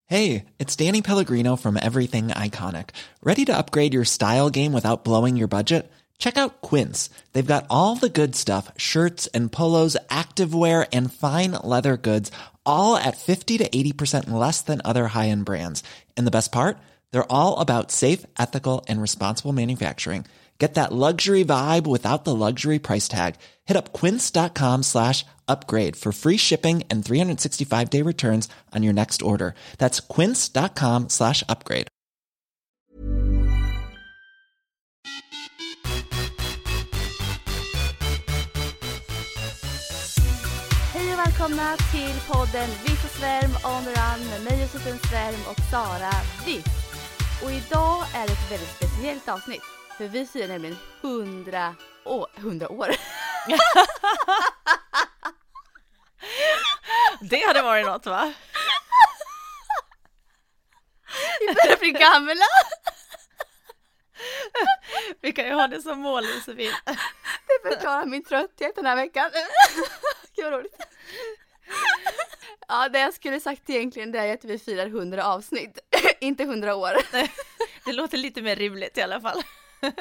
Hey, it's Danny Pellegrino from Everything Iconic. Ready to upgrade your style game without blowing your budget? Check out Quince. They've got all the good stuff, shirts and polos, activewear, and fine leather goods, all at 50 to 80% less than other high-end brands. And the best part? They're all about safe, ethical, and responsible manufacturing. Get that luxury vibe without the luxury price tag. Hit up quince.com/upgrade for free shipping and 365-day returns on your next order. That's quince.com/upgrade. Hej och välkomna till podden Viss och Svärm on the run med mig Josefin Svärm och Sara Viss. Och idag är det ett väldigt speciellt avsnitt. För vi firar nämligen 100 år. Det hade varit något, va? Vi börjar bli gamla. Vi kan ju ha det som mål, Josefin. Det förklarar min trötthet den här veckan. Gud vad roligt. Ja, det jag skulle sagt egentligen det är att vi firar 100 avsnitt. Inte 100 år. Det låter lite mer rimligt i alla fall.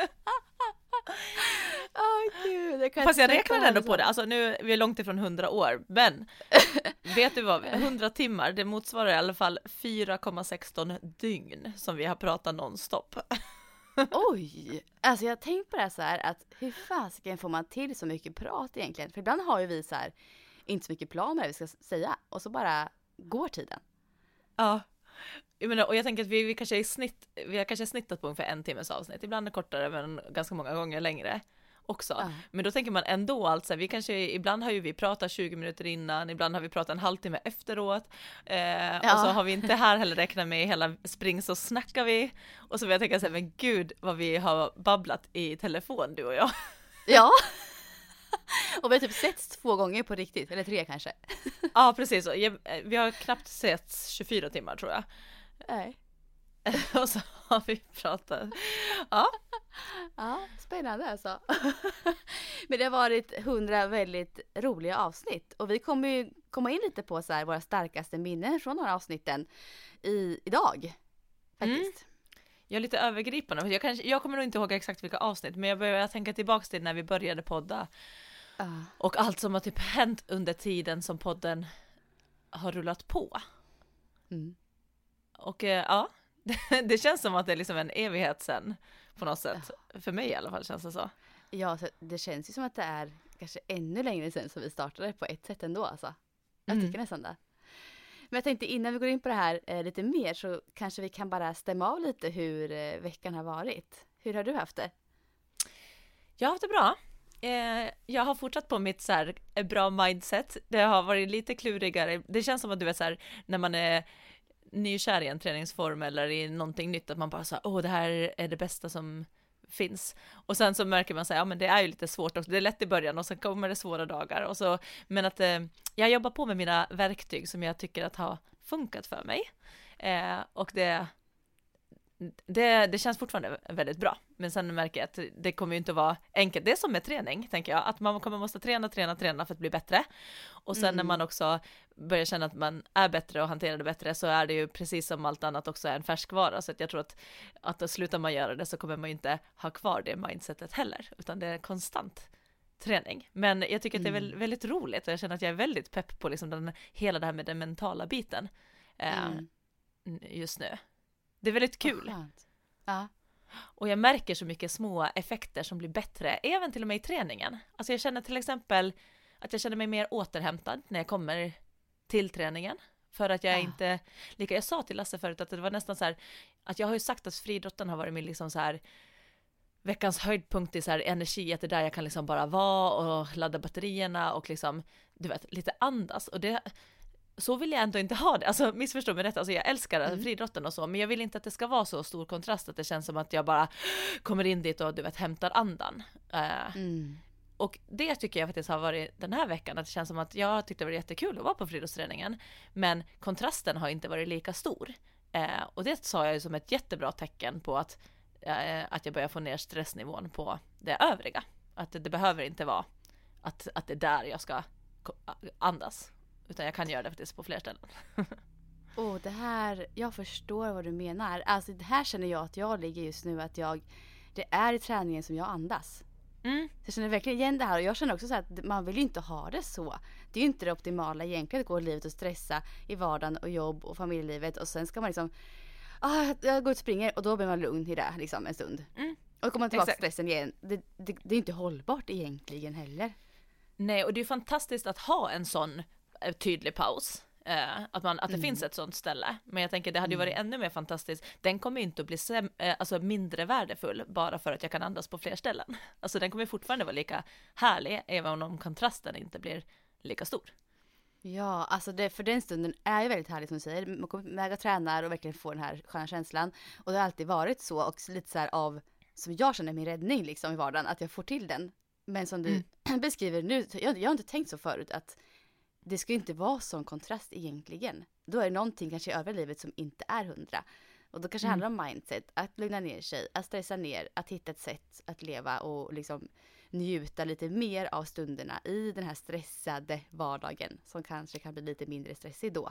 Gud, fast jag räknar ändå på det. Alltså nu vi är långt ifrån 100 år. Men vet du vad? 100 timmar, det motsvarar i alla fall 4,16 dygn som vi har pratat nonstop. Oj, alltså jag har tänkt på det så här att hur fasiken får man till så mycket prat egentligen? För ibland har ju vi så här inte så mycket planer vi ska säga och så bara går tiden. Ja. Jag menar, och jag tänker att vi har kanske snittat på ungefär 1 timmes avsnitt. Ibland är kortare men ganska många gånger längre också. Men då tänker man ändå alltså, ibland har ju vi pratat 20 minuter innan, ibland har vi pratat en halvtimme efteråt. Och så har vi inte här heller räknat med hela spring så snackar vi. Och så vill jag tänka så här, men gud vad vi har babblat i telefon du och jag. Ja. Och vi har typ setts 2 gånger på riktigt, eller 3 kanske. Ja, precis. Vi har knappt setts 24 timmar tror jag. Nej. Och så har vi pratat. Ja, spännande alltså. Men det har varit 100 väldigt roliga avsnitt. Och vi kommer ju komma in lite på så här våra starkaste minnen från de här avsnitten idag. Faktiskt. Jag är lite övergripande. Jag kommer nog inte ihåg exakt vilka avsnitt. Men jag börjar tänka tillbaka till när vi började podda. Och allt som har typ hänt under tiden som podden har rullat på. Och det känns som att det är liksom en evighet sen på något sätt. För mig i alla fall känns det så. Ja, så det känns ju som att det är kanske ännu längre sen som vi startade på ett sätt ändå alltså. Jag tycker nästan det. Men jag tänkte innan vi går in på det här lite mer så kanske vi kan bara stämma av lite hur veckan har varit. Hur har du haft det? Jag har haft det bra. Jag har fortsatt på mitt så här bra mindset. Det har varit lite klurigare. Det känns som att du vet så här, när man är nykär i en träningsform eller i någonting nytt att man bara så det här är det bästa som finns. Och sen så märker man sig, men det är ju lite svårt också. Det är lätt i början och sen kommer det svåra dagar. Och så, men att jag jobbar på med mina verktyg som jag tycker att har funkat för mig. Och det känns fortfarande väldigt bra. Men sen märker jag att det kommer ju inte att vara enkelt. Det är som med träning, tänker jag. Att man måste träna för att bli bättre. Och sen när man också börjar känna att man är bättre och hanterar det bättre så är det ju precis som allt annat också en färskvara. Så att jag tror att slutar man göra det så kommer man ju inte ha kvar det mindsetet heller. Utan det är konstant träning. Men jag tycker att det är väldigt roligt och jag känner att jag är väldigt pepp på liksom hela det här med den mentala biten just nu. Det är väldigt kul. Ja. Och jag märker så mycket små effekter som blir bättre, även till och med i träningen. Alltså jag känner till exempel att jag känner mig mer återhämtad när jag kommer till träningen. För att jag inte, jag sa till Lasse förut att det var nästan så här, att jag har ju sagt att friidrotten har varit min liksom så här veckans höjdpunkt i så här energi, att det där jag kan liksom bara vara och ladda batterierna och liksom, du vet, lite andas. Och det, så vill jag ändå inte ha det. Alltså missförstå mig rätt, alltså jag älskar friidrotten och så, men jag vill inte att det ska vara så stor kontrast att det känns som att jag bara kommer in dit och du vet hämtar andan. Och det tycker jag faktiskt har varit den här veckan, att det känns som att jag tyckte det var jättekul att vara på friidrottsträningen, men kontrasten har inte varit lika stor. Och det sa jag ju som ett jättebra tecken på att jag börjar få ner stressnivån på det övriga. Att det behöver inte vara att det är där jag ska andas, utan jag kan göra det faktiskt på fler ställen. Det här, jag förstår vad du menar. Alltså det här känner jag att jag ligger just nu, att det är i träningen som jag andas. Jag känner verkligen igen det här, och jag känner också så att man vill ju inte ha det så. Det är ju inte det optimala egentligen, att gå i livet och stressa i vardagen och jobb och familjelivet, och sen ska man liksom jag går ut och springer och då blir man lugn i det liksom en stund. Och kommer man tillbaka till stressen igen. Det är inte hållbart egentligen heller. Nej, och det är fantastiskt att ha en sån tydlig paus. Att det finns ett sånt ställe. Men jag tänker det hade ju varit ännu mer fantastiskt. Den kommer ju inte att bli mindre värdefull bara för att jag kan andas på fler ställen. Alltså den kommer fortfarande vara lika härlig, även om kontrasten inte blir lika stor. Ja, alltså för den stunden är ju väldigt härligt som du säger. Man kommer väga tränar och verkligen få den här sköna känslan. Och det har alltid varit så, och lite så här som jag känner min räddning liksom i vardagen, att jag får till den. Men som du beskriver nu, jag har inte tänkt så förut, att det ska inte vara sån kontrast egentligen. Då är det någonting kanske i övriga livet som inte är 100. Och då kanske det handlar om mindset, att lugna ner sig, att stressa ner, att hitta ett sätt att leva och liksom njuta lite mer av stunderna i den här stressade vardagen, som kanske kan bli lite mindre stressig då.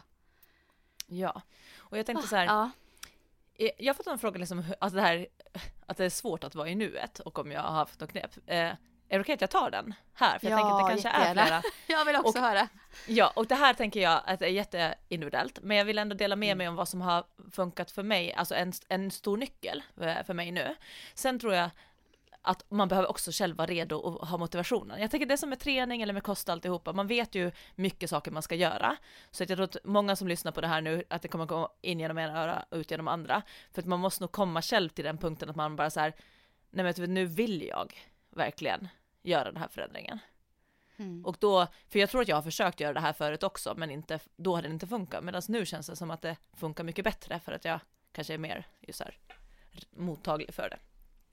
Ja, och jag tänkte så här, jag har fått en fråga liksom, alltså det här, att det är svårt att vara i nuet, och om jag har haft något knep. Är det okej att jag tar den här? För jag tänker att det kanske är flera. Jag vill också höra. Ja, och det här tänker jag att det är jätteindividuellt. Men jag vill ändå dela med mig om vad som har funkat för mig. Alltså en stor nyckel för mig nu. Sen tror jag att man behöver också själv vara redo och ha motivationen. Jag tänker det som med träning eller med kost och alltihopa. Man vet ju mycket saker man ska göra. Så att jag tror att många som lyssnar på det här nu, att det kommer gå in genom ena öra och ut genom andra. För att man måste nog komma själv till den punkten att man bara så här, nej men nu vill jag verkligen göra den här förändringen. Och då, för jag tror att jag har försökt göra det här förut också, men då har det inte funkat. Medan nu känns det som att det funkar mycket bättre, för att jag kanske är mer just här mottaglig för det.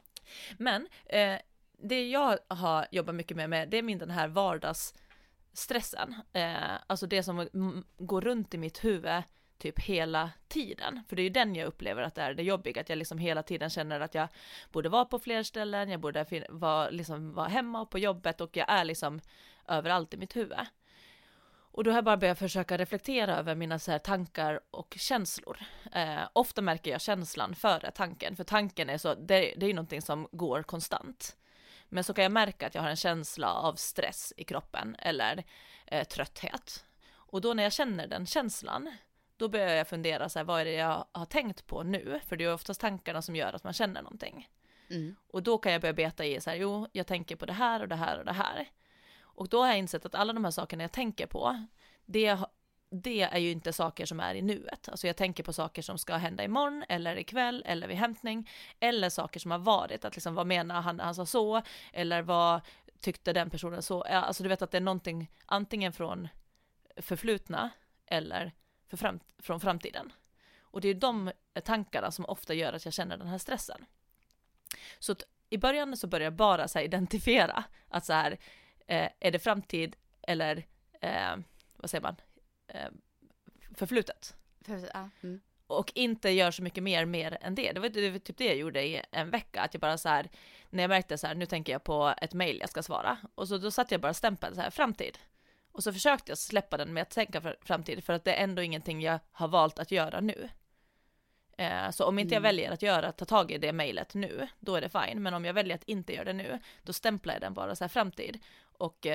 Men det jag har jobbat mycket med det är den här vardagsstressen. Alltså det som går runt i mitt huvud typ hela tiden. För det är ju den jag upplever att det är det jobbiga. Att jag liksom hela tiden känner att jag borde vara på fler ställen. Jag borde vara hemma och på jobbet. Och jag är liksom överallt i mitt huvud. Och då har jag bara börjat försöka reflektera över mina så här tankar och känslor. Ofta märker jag känslan före tanken. För tanken är så, det är ju någonting som går konstant. Men så kan jag märka att jag har en känsla av stress i kroppen. Eller trötthet. Och då när jag känner den känslan, då börjar jag fundera så här, vad är det jag har tänkt på nu? För det är oftast tankarna som gör att man känner någonting. Och då kan jag börja beta i så här, jag tänker på det här och det här och det här. Och då har jag insett att alla de här sakerna jag tänker på, det är ju inte saker som är i nuet. Alltså jag tänker på saker som ska hända imorgon eller ikväll eller vid hämtning. Eller saker som har varit, att liksom vad menar han sa så, eller vad tyckte den personen så. Alltså du vet att det är någonting antingen från förflutna eller från framtiden. Och det är de tankarna som ofta gör att jag känner den här stressen. Så att i början så börjar jag bara så här identifiera att så här, är det framtid eller vad säger man, förflutet. Och inte gör så mycket mer än det. Det var typ det jag gjorde i en vecka, att jag bara så här, när jag märkte så här, nu tänker jag på ett mejl jag ska svara, och så då satt jag bara stämpeln så här, framtid. Och så försökte jag släppa den med att tänka framtid, för att det är ändå ingenting jag har valt att göra nu. Så om inte jag väljer att ta tag i det mejlet nu, då är det fine. Men om jag väljer att inte göra det nu, då stämplar jag den bara så här framtid. Och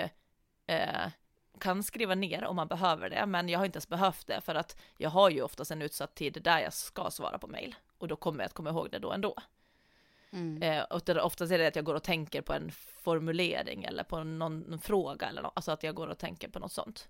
kan skriva ner om man behöver det. Men jag har inte ens behövt det, för att jag har ju oftast en utsatt tid där jag ska svara på mejl. Och då kommer jag att komma ihåg det då ändå. Och oftast är det att jag går och tänker på en formulering eller på någon fråga eller något, alltså att jag går och tänker på något sånt.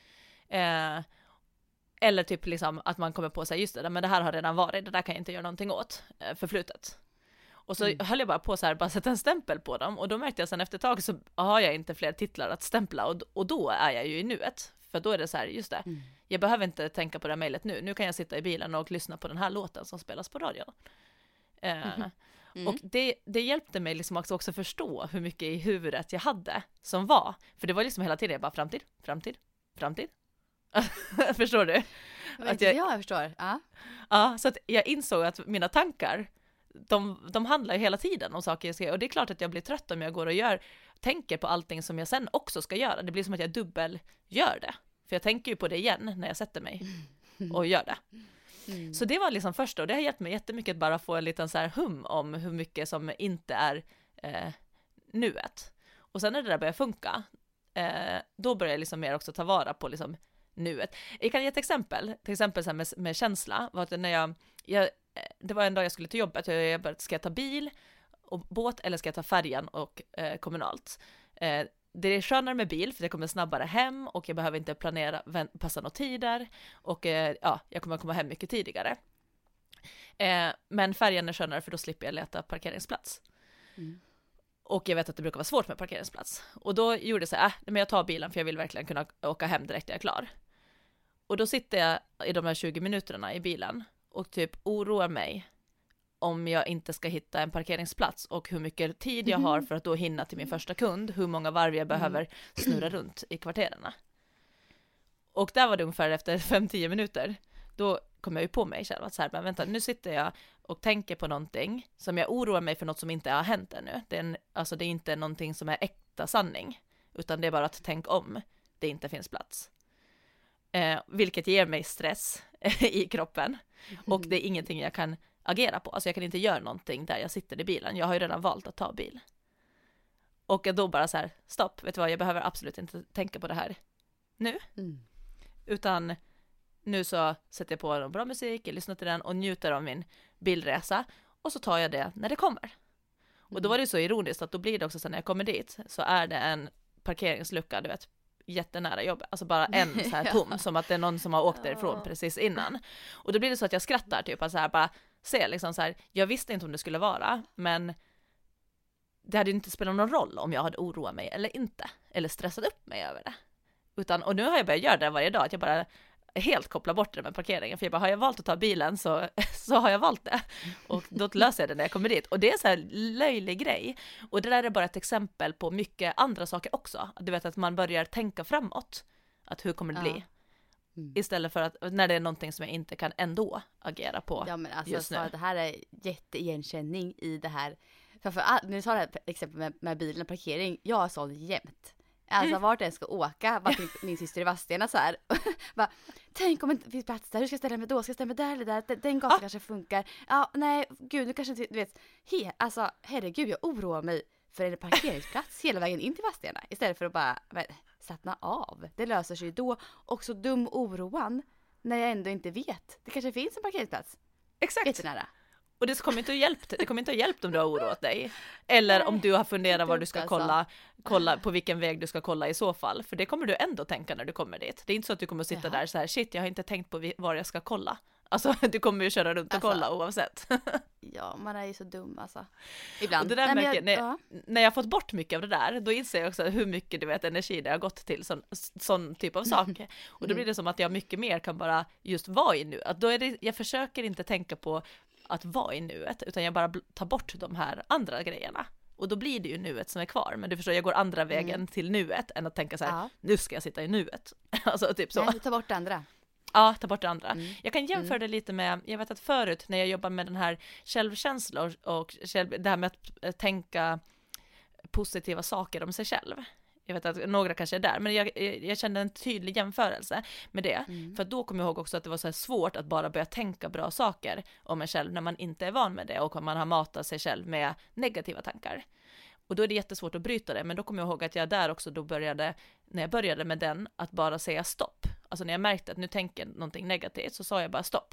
Eller typ liksom att man kommer på sig, just det, men det här har redan varit, det där kan jag inte göra någonting åt, förflutet. Och så höll jag bara på så här, bara sätta en stämpel på dem, och då märkte jag sen efter ett tag så har jag inte fler titlar att stämpla, och då är jag ju i nuet. För då är det så här, just det, jag behöver inte tänka på det här mejlet nu kan jag sitta i bilen och lyssna på den här låten som spelas på radion. Och det hjälpte mig liksom också förstå hur mycket i huvudet jag hade som var. För det var liksom hela tiden jag bara framtid. Förstår du? Jag förstår. Ja, så att jag insåg att mina tankar, de handlar ju hela tiden om saker jag ska göra. Och det är klart att jag blir trött om jag går och tänker på allting som jag sen också ska göra. Det blir som att jag dubbel gör det. För jag tänker ju på det igen när jag sätter mig. och gör det. Så det var liksom första, och det har hjälpt mig jättemycket att bara få en liten så här hum om hur mycket som inte är nuet. Och sen när det där börjar funka, då börjar jag liksom mer också ta vara på liksom nuet. Jag kan ge ett exempel. Till exempel så här med känsla. Var att när det var en dag jag skulle till jobbet. Jag började, ska jag ta bil och båt eller ska jag ta färjan och kommunalt? Det är skönare med bil för jag kommer snabbare hem och jag behöver inte passa några tider och jag kommer komma hem mycket tidigare. Men färjan är skönare för då slipper jag leta parkeringsplats. Och jag vet att det brukar vara svårt med parkeringsplats. Och då gjorde jag så här, men jag tar bilen för jag vill verkligen kunna åka hem direkt när jag är klar. Och då sitter jag i de här 20 minuterna i bilen och typ oroar mig om jag inte ska hitta en parkeringsplats och hur mycket tid jag har för att då hinna till min första kund, hur många varv jag behöver snurra runt i kvartererna. Och där var det ungefär efter 5-10 minuter. Då kom jag ju på mig själv att så här, men vänta, nu sitter jag och tänker på någonting som jag oroar mig för, något som inte har hänt ännu. Det är inte någonting som är äkta sanning, utan det är bara att tänka om det inte finns plats. Vilket ger mig stress i kroppen. Och det är ingenting jag kan agera på. Alltså jag kan inte göra någonting där jag sitter i bilen. Jag har ju redan valt att ta bil. Och då bara så här, stopp, vet du vad, jag behöver absolut inte tänka på det här nu. Utan nu så sätter jag på en bra musik, jag lyssnar till den och njuter av min bilresa. Och så tar jag det när det kommer. Och då var det så ironiskt att då blir det också så när jag kommer dit så är det en parkeringslucka, du vet, jättenära jobbet. Alltså bara en så här tom, som att det är någon som har åkt därifrån precis innan. Och då blir det så att jag skrattar typ, att så här bara se liksom så här, jag visste inte om det skulle vara, men det hade inte spelat någon roll om jag hade oroat mig eller inte, eller stressat upp mig över det. Och nu har jag börjat göra det varje dag, att jag bara helt kopplar bort det med parkeringen, för jag bara, har jag valt att ta bilen så har jag valt det, och då löser jag det när jag kommer dit. Och det är så här löjlig grej, och det där är bara ett exempel på mycket andra saker också. Du vet, att man börjar tänka framåt, att hur kommer det bli? Istället för att när det är någonting som jag inte kan ändå agera på. Ja, men alltså, just nu. det här är jätteigenkänning i det här. När du tar det här exempel med bilen och parkering, jag har sån jämt. Alltså vart jag ska åka, bara till min syster i Vadstena så här. Bara, tänk om det inte finns plats där, hur ska jag ställa mig då? Ska jag ställa mig där eller där? Den gatan kanske funkar. Ja, nej, gud, nu kanske inte, du vet. Alltså, herregud, jag oroar mig för en parkeringsplats hela vägen in till Vadstena. Istället för att bara slappna av. Det löser sig då. Och så dum oroan när jag ändå inte vet. Det kanske finns en parkeringsplats. Exakt. Jättenära. Och det kommer inte att hjälpa om du har oroat dig. Eller om du har funderat var du ska kolla på vilken väg du ska kolla i så fall. För det kommer du ändå tänka när du kommer dit. Det är inte så att du kommer att sitta där så här, shit, jag har inte tänkt på var jag ska kolla. Alltså, du kommer ju köra runt och kolla oavsett. Ja, man är ju så dum alltså. Ibland. Och det där när jag fått bort mycket av det där, då inser jag också hur mycket, du vet, energi det har gått till sån typ av saker. Och då blir det som att jag mycket mer kan bara just vara i nu. Att då är det, jag försöker inte tänka på att vara i nuet, utan jag bara tar bort de här andra grejerna. Och då blir det ju nuet som är kvar. Men du förstår, jag går andra vägen till nuet än att tänka så här, nu ska jag sitta i nuet. Alltså typ så. Nej, du tar bort det andra. Ja, ta bort det andra. Jag kan jämföra det lite med, jag vet att förut när jag jobbar med den här självkänsla och det här med att tänka positiva saker om sig själv. Jag vet att några kanske är där, men jag kände en tydlig jämförelse med det. För då kommer jag ihåg också att det var så här svårt att bara börja tänka bra saker om en själv när man inte är van med det och man har matat sig själv med negativa tankar. Och då är det jättesvårt att bryta det, men då kommer jag ihåg att jag där också då när jag började med den, att bara säga stopp. Alltså när jag märkte att nu tänker någonting negativt så sa jag bara stopp.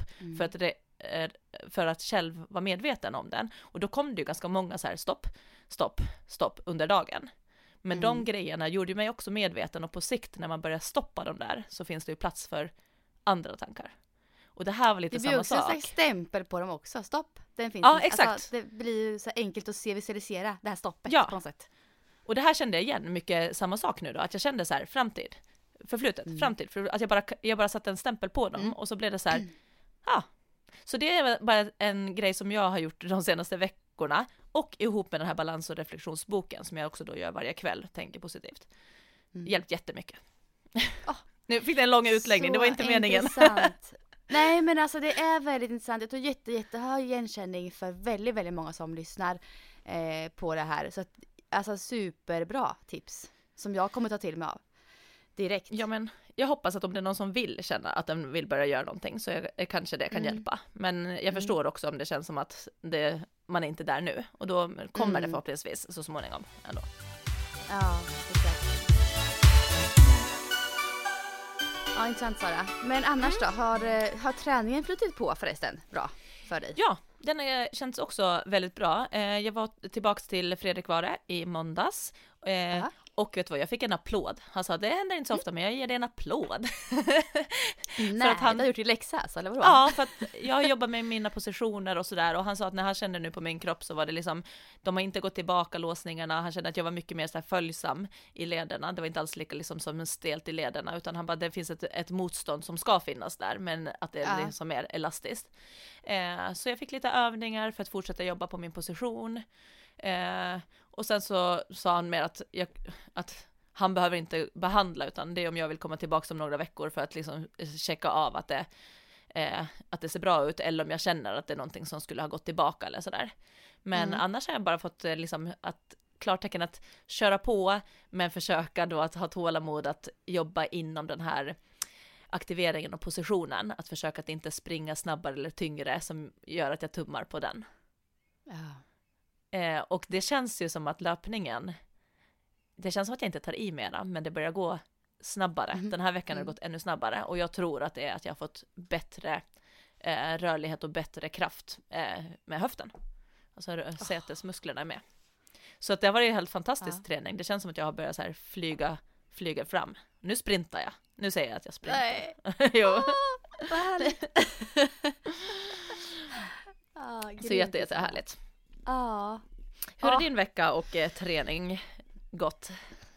För att själv vara medveten om den. Och då kom det ju ganska många så här stopp under dagen. Men de grejerna gjorde mig också medveten, och på sikt när man börjar stoppa dem där så finns det ju plats för andra tankar. Och det här var lite samma sak. Det blir också en slags stämpel på dem också. Stopp. Den finns. Ja, exakt. Alltså, det blir så enkelt att visualisera det här stoppet på något sätt. Och det här kände jag igen mycket samma sak nu då. Att jag kände så här, framtid. Framtid. För att jag bara satte en stämpel på dem. Och så blev det så här, Så det är bara en grej som jag har gjort de senaste veckorna. Och ihop med den här balans- och reflektionsboken som jag också då gör varje kväll, tänker positivt. Hjälpt jättemycket. Nu fick det en lång utläggning, det var inte meningen. Nej, men alltså det är väldigt intressant. Jag tror jättehög igenkänning för väldigt, väldigt många som lyssnar på det här. Så att, alltså superbra tips som jag kommer ta till mig av. direkt. Ja, men jag hoppas att om det är någon som vill känna att den vill börja göra någonting så kanske det kan hjälpa. Men jag förstår också om det känns som att man är inte där nu. Och då kommer det förhoppningsvis så småningom ändå. Ja, exakt. Ja, intressant Sara. Men annars då, har träningen flutit på förresten bra för dig? Ja, den har känts också väldigt bra. Jag var tillbaks till Fredrik Vare i måndags. Och vet du vad, jag fick en applåd. Han sa, det händer inte så ofta men jag ger dig en applåd. Nej, för att han har gjort i läxas eller vadå? Ja, för att jag jobbar med mina positioner och sådär. Och han sa att när han kände nu på min kropp så var det liksom, de har inte gått tillbaka låsningarna. Han kände att jag var mycket mer så här följsam i lederna. Det var inte alls lika liksom som en stelt i lederna. Utan han bara, det finns ett motstånd som ska finnas där. Men att det är liksom mer elastiskt. Så jag fick lite övningar för att fortsätta jobba på min position. Och sen så sa han mer att han behöver inte behandla utan det är om jag vill komma tillbaka om några veckor för att liksom checka av att det ser bra ut eller om jag känner att det är någonting som skulle ha gått tillbaka eller sådär. Men annars har jag bara fått liksom att klartecken att köra på men försöka då att ha tålamod att jobba inom den här aktiveringen och positionen. Att försöka att inte springa snabbare eller tyngre som gör att jag tummar på den. Ja. Och det känns ju som att löpningen, det känns som att jag inte tar i mera, men det börjar gå snabbare. Den här veckan har det gått ännu snabbare och jag tror att det är att jag har fått bättre rörlighet och bättre kraft med höften. Alltså sätesmusklerna är med. Så att det har varit helt fantastisk träning. Det känns som att jag har börjat så här flyga fram. Nu sprintar jag. Nu säger jag att jag sprintar. Nej. Jo. Vad härligt. Så jättehärligt. Ja. Hur har din vecka och träning gått?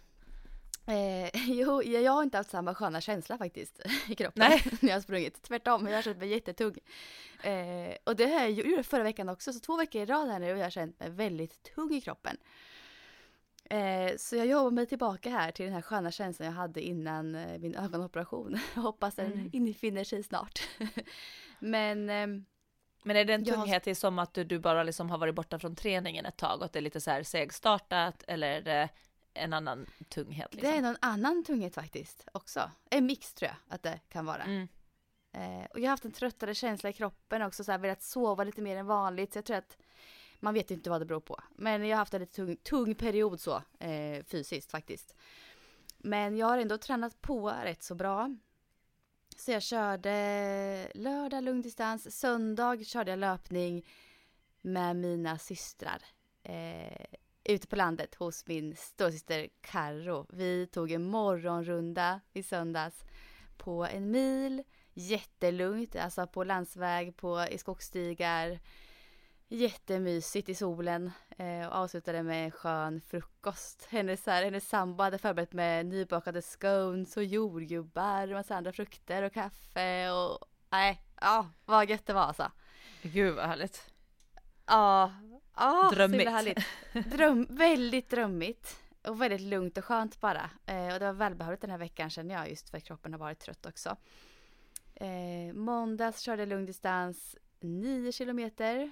Jo, jag har inte haft samma sköna känsla faktiskt i kroppen. Nej. När jag har sprungit. Tvärtom, jag har känt mig jättetung. Och det har jag gjort förra veckan också. Så 2 veckor i rad här nu och jag har känt mig väldigt tung i kroppen. Så jag jobbar mig tillbaka här till den här sköna känslan jag hade innan min ögonoperation. Jag hoppas den infinner sig snart. Men är det en tunghet som att du bara liksom har varit borta från träningen ett tag och att det är lite så här segstartat eller är det en annan tunghet? Liksom? Det är någon annan tunghet faktiskt också. En mix tror jag att det kan vara. Och jag har haft en tröttare känsla i kroppen också, så här velat sova lite mer än vanligt. Så jag tror att man vet inte vad det beror på. Men jag har haft en lite tung period så fysiskt faktiskt. Men jag har ändå tränat på rätt så bra. Så jag körde lördag lungdistans, söndag körde jag löpning med mina systrar ute på landet hos min storasyster Karo. Vi tog en morgonrunda i söndags på 1 mil, jättelugnt, alltså på landsväg, i skogsstigar, jättemysigt i solen och avslutade med en skön frukost. Hennes sambo hade förberett med nybakade scones och jordgubbar och massa andra frukter och kaffe och vad gött det var alltså. Gud vad härligt. Ja, drömmigt. Så härligt. Väldigt drömmigt och väldigt lugnt och skönt bara. Och det var välbehövligt den här veckan känner jag just för att kroppen har varit trött också. Måndags körde jag lungdistans 9 kilometer.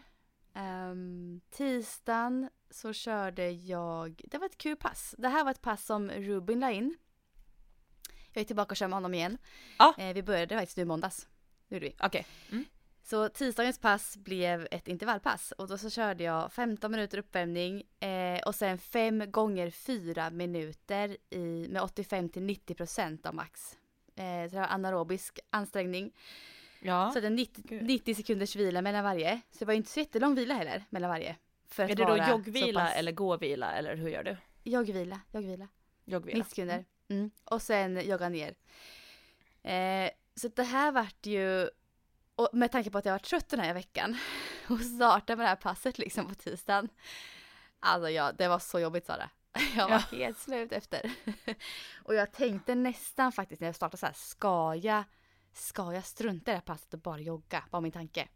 Tisdagen så körde jag, det var ett kul pass. Det här var ett pass som Rubin la in. Jag är tillbaka och kör med honom igen. Vi började faktiskt nu i måndags. Okej. Så tisdagens pass blev ett intervallpass. Och då så körde jag 15 minuter uppvärmning och sen 5 gånger 4 minuter med 85-90% av max. Så det var anaerobisk ansträngning. Ja. Så det är 90 sekunders vila mellan varje. Så det var inte så jättelång vila heller mellan varje. För är det då joggvila eller gåvila eller hur gör du? Joggvila. 90 sekunder. Och sen jogga ner. Så det här vart ju, och med tanke på att jag var trött den här veckan och startade med det här passet liksom på tisdagen. Alltså det var så jobbigt Sara. Jag var helt slut efter. Och jag tänkte nästan faktiskt när jag startade så här, ska jag strunta i det här passet och bara jogga? Var min tanke.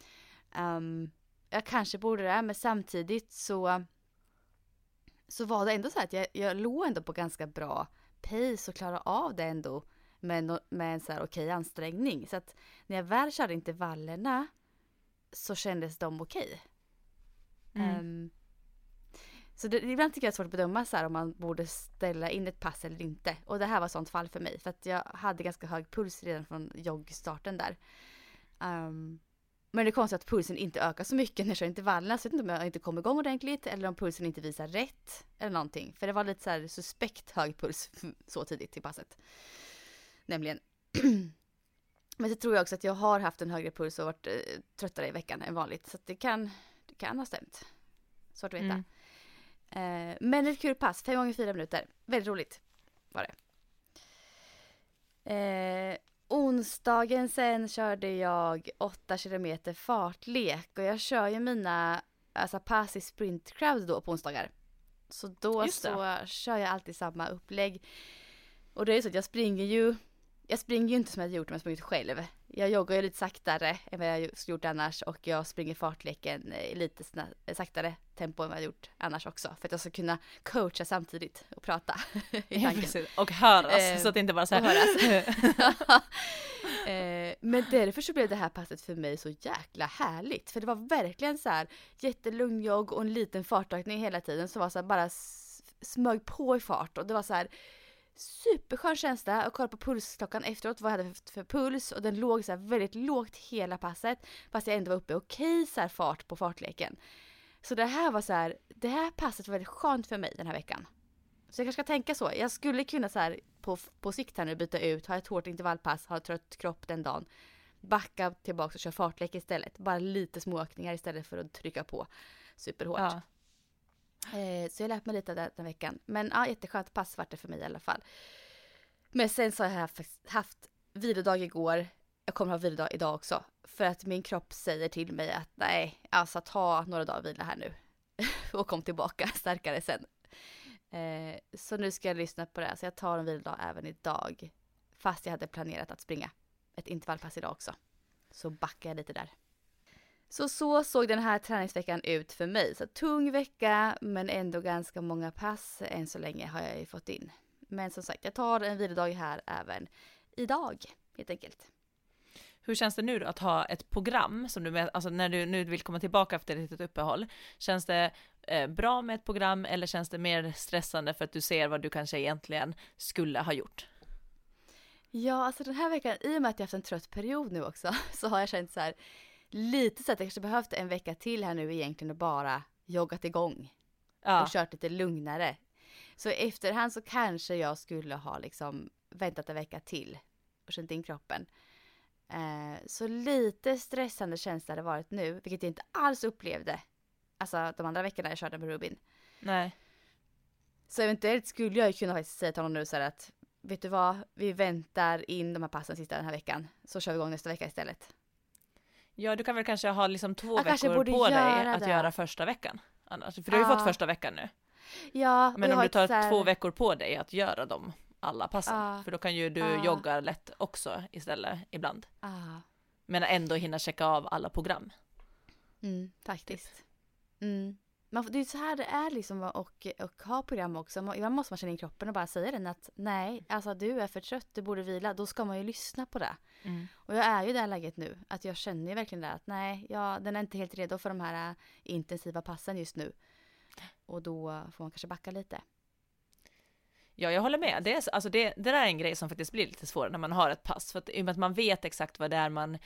Jag kanske borde det, men samtidigt så var det ändå så här att jag låg ändå på ganska bra pace och klarade av det ändå med en så här okej ansträngning. Så att när jag väl körde intervallerna så kändes de okej. Så ibland tycker jag det är svårt att bedöma så här, om man borde ställa in ett pass eller inte. Och det här var ett sånt fall för mig. För att jag hade ganska hög puls redan från joggstarten där. Men det är konstigt att pulsen inte ökar så mycket när jag kör intervallerna. Så jag vet inte om jag inte kommer igång ordentligt. Eller om pulsen inte visar rätt. Eller någonting. För det var lite så här suspekt hög puls så tidigt i passet. Nämligen. Men så tror jag också att jag har haft en högre puls och varit tröttare i veckan än vanligt. Så att det kan ha stämt. Svårt att veta. Men ett kul pass, 5 gånger 4 minuter. Väldigt roligt var det. Onsdagen sen körde jag 8 kilometer fartlek. Och jag kör ju mina pass i sprint crowd då på onsdagar. Så då så kör jag alltid samma upplägg. Och det är så att jag springer ju inte som jag hade gjort om jag sprungit själv. Jag joggar ju lite saktare än vad jag gjort annars. Och jag springer fartleken i lite saktare tempo än vad jag gjort annars också. För att jag ska kunna coacha samtidigt och prata i tanken. Och höras, så att det inte bara så här. Men därför så blev det här passet för mig så jäkla härligt. För det var verkligen så här jättelugn jogg och en liten fartökning hela tiden. Så var så här, bara smög på i fart. Och det var så här superskön känsla att kolla på pulsklockan efteråt, vad jag hade för puls, och den låg så här väldigt lågt hela passet, fast jag ändå var uppe okej så här fart på fartleken. Så det här var så här, det här passet var väldigt skönt för mig den här veckan. Så jag kanske ska tänka så. Jag skulle kunna så här på sikt här nu byta ut, ha ett hårt intervallpass, ha trött kropp den dagen, backa tillbaka och köra fartlek istället. Bara lite småökningar istället för att trycka på superhårt. Ja. Så jag lärt mig lite den veckan. Men ja, jätteskönt pass vart det för mig i alla fall. Men sen så har jag haft vilodag igår. Jag kommer ha vilodag idag också. För att min kropp säger till mig att nej, alltså ta några dagar vila här nu. Och kom tillbaka starkare sen. Så nu ska jag lyssna på det. Så jag tar en vilodag även idag. Fast jag hade planerat att springa ett intervallpass idag också. Så backar jag lite där. Så såg den här träningsveckan ut för mig. Så tung vecka, men ändå ganska många pass än så länge har jag ju fått in. Men som sagt, jag tar en vilodag här även idag, helt enkelt. Hur känns det nu då att ha ett program som du, alltså när du nu vill komma tillbaka efter ett uppehåll? Känns det bra med ett program, eller känns det mer stressande för att du ser vad du kanske egentligen skulle ha gjort? Ja, alltså den här veckan, i och med att jag haft en trött period nu också, så har jag känt så här lite så att jag kanske behövt en vecka till här nu egentligen och bara joggat igång. Ja. Och kört lite lugnare. Så i efterhand så kanske jag skulle ha liksom väntat en vecka till och känt in kroppen. Så lite stressande känns det hade varit nu, vilket jag inte alls upplevde. Alltså de andra veckorna jag körde med Rubin. Nej. Så eventuellt skulle jag kunna faktiskt säga till honom nu så här att vet du vad, vi väntar in de här passen sista den här veckan. Så kör vi igång nästa vecka istället. Ja, du kan väl kanske ha liksom 2 veckor på dig att göra första veckan. Annars. För du har ju fått första veckan nu. Ja. Men om du tar 2 veckor på dig att göra dem alla passen. För då kan ju du jogga lätt också istället ibland. Men ändå hinna checka av alla program. Faktiskt. Det är så här det är liksom och ha program också. Ibland måste man känna in kroppen och bara säga den att nej, alltså du är för trött, du borde vila. Då ska man ju lyssna på det. Och jag är ju i det här läget nu. Att jag känner ju verkligen det att nej, den är inte helt redo för de här intensiva passen just nu. Och då får man kanske backa lite. Ja, jag håller med. Det där är en grej som faktiskt blir lite svårare när man har ett pass. För att, i och med att man vet exakt vad det är man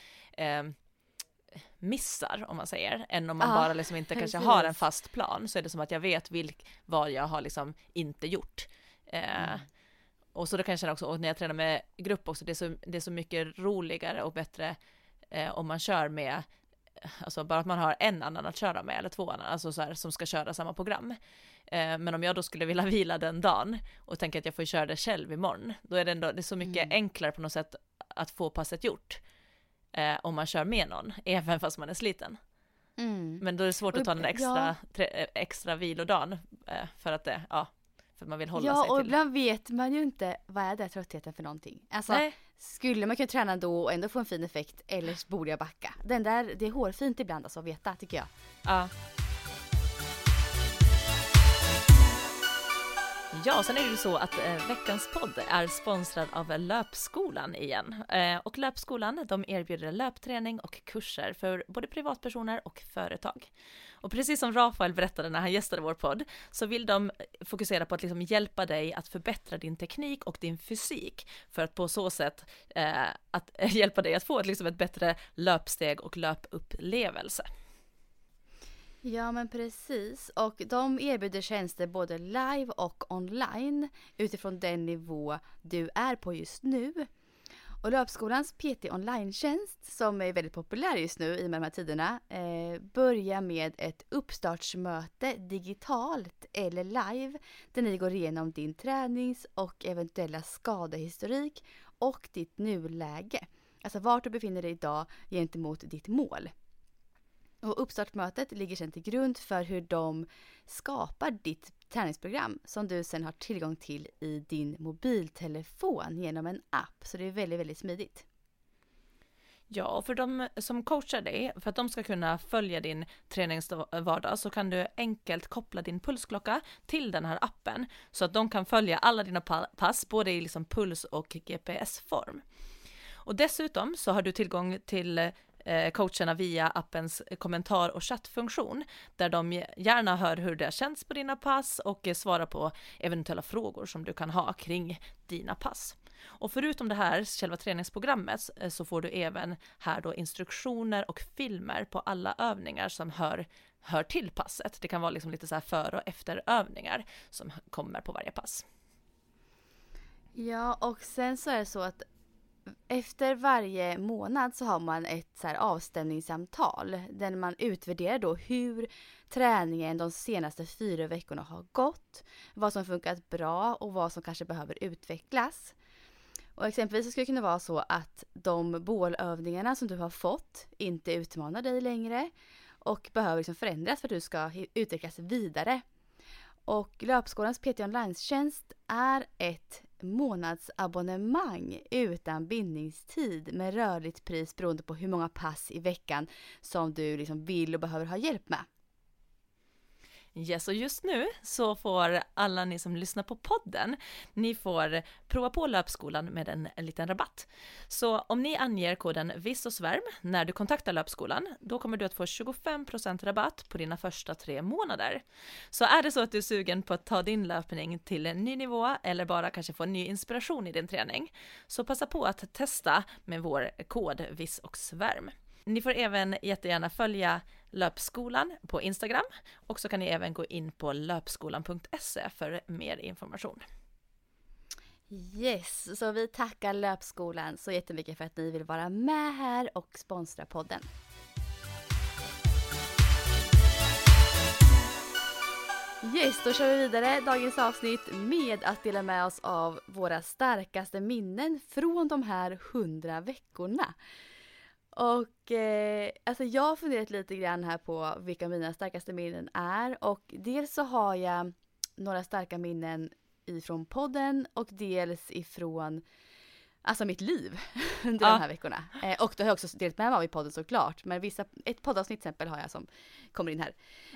missar, om man säger, än om man bara liksom inte kanske har en fast plan, så är det som att jag vet vad jag har liksom inte gjort. Och så då kan jag känna också, och när jag tränar med grupp också, det är så mycket roligare och bättre om man kör med, alltså bara att man har en annan att köra med, eller 2 andra, alltså så här, som ska köra samma program. Men om jag då skulle vilja vila den dagen och tänka att jag får köra det själv imorgon, då är det är så mycket enklare på något sätt att få passet gjort. Om man kör med någon, även fast man är sliten. Men då är det svårt att ta den extra vilodagen för att man vill hålla sig till. Ja, och ibland vet man ju inte vad är det tröttheten för någonting. Alltså, skulle man kunna träna då och ändå få en fin effekt, eller borde jag backa? Det är hårfint ibland alltså att veta, tycker jag. Ja, sen är det ju så att veckans podd är sponsrad av Löpskolan igen. Och Löpskolan, de erbjuder löpträning och kurser för både privatpersoner och företag. Och precis som Rafael berättade när han gästade vår podd, så vill de fokusera på att liksom hjälpa dig att förbättra din teknik och din fysik, för att på så sätt att hjälpa dig att få ett bättre löpsteg och löpupplevelse. Ja, men precis. Och de erbjuder tjänster både live och online utifrån den nivå du är på just nu. Och Löpskolans PT online-tjänst, som är väldigt populär just nu i med de här tiderna, börjar med ett uppstartsmöte digitalt eller live där ni går igenom din tränings- och eventuella skadehistorik och ditt nuläge. Alltså vart du befinner dig idag gentemot ditt mål. Och uppstartsmötet ligger sedan till grund för hur de skapar ditt träningsprogram som du sedan har tillgång till i din mobiltelefon genom en app. Så det är väldigt, väldigt smidigt. Ja, och för de som coachar dig, för att de ska kunna följa din träningsvardag, så kan du enkelt koppla din pulsklocka till den här appen så att de kan följa alla dina pass, både i liksom puls- och GPS-form. Och dessutom så har du tillgång till coacherna via appens kommentar- och chattfunktion, där de gärna hör hur det känns på dina pass och svarar på eventuella frågor som du kan ha kring dina pass. Och förutom det här själva träningsprogrammet så får du även här då instruktioner och filmer på alla övningar som hör till passet. Det kan vara liksom lite så här för- och efterövningar som kommer på varje pass. Ja, och sen så är det så att efter varje månad så har man ett så här avstämningssamtal där man utvärderar då hur träningen de senaste 4 veckorna har gått, vad som funkat bra och vad som kanske behöver utvecklas. Och exempelvis så skulle det kunna vara så att de bålövningarna som du har fått inte utmanar dig längre och behöver liksom förändras för att du ska utvecklas vidare. Och Löpskolans PT online-tjänst är ett månadsabonnemang utan bindningstid med rörligt pris beroende på hur många pass i veckan som du liksom vill och behöver ha hjälp med. Yes, och just nu så får alla ni som lyssnar på podden, ni får prova på Löpskolan med en liten rabatt. Så om ni anger koden VISSOSVÄRM när du kontaktar Löpskolan, då kommer du att få 25% rabatt på dina första 3 månader. Så är det så att du är sugen på att ta din löpning till en ny nivå eller bara kanske få en ny inspiration i din träning, så passa på att testa med vår kod VISSOSVÄRM. Ni får även jättegärna följa Löpskolan på Instagram, och så kan ni även gå in på löpskolan.se för mer information. Yes, så vi tackar Löpskolan så jättemycket för att ni vill vara med här och sponsra podden. Yes, då kör vi vidare dagens avsnitt med att dela med oss av våra starkaste minnen från de här 100 veckorna. Och alltså jag har funderat lite grann här på vilka mina starkaste minnen är, och dels så har jag några starka minnen ifrån podden och dels ifrån alltså mitt liv under de här veckorna. Och då har jag också delat med mig av i podden såklart, men ett poddavsnitt till exempel har jag som kommer in här.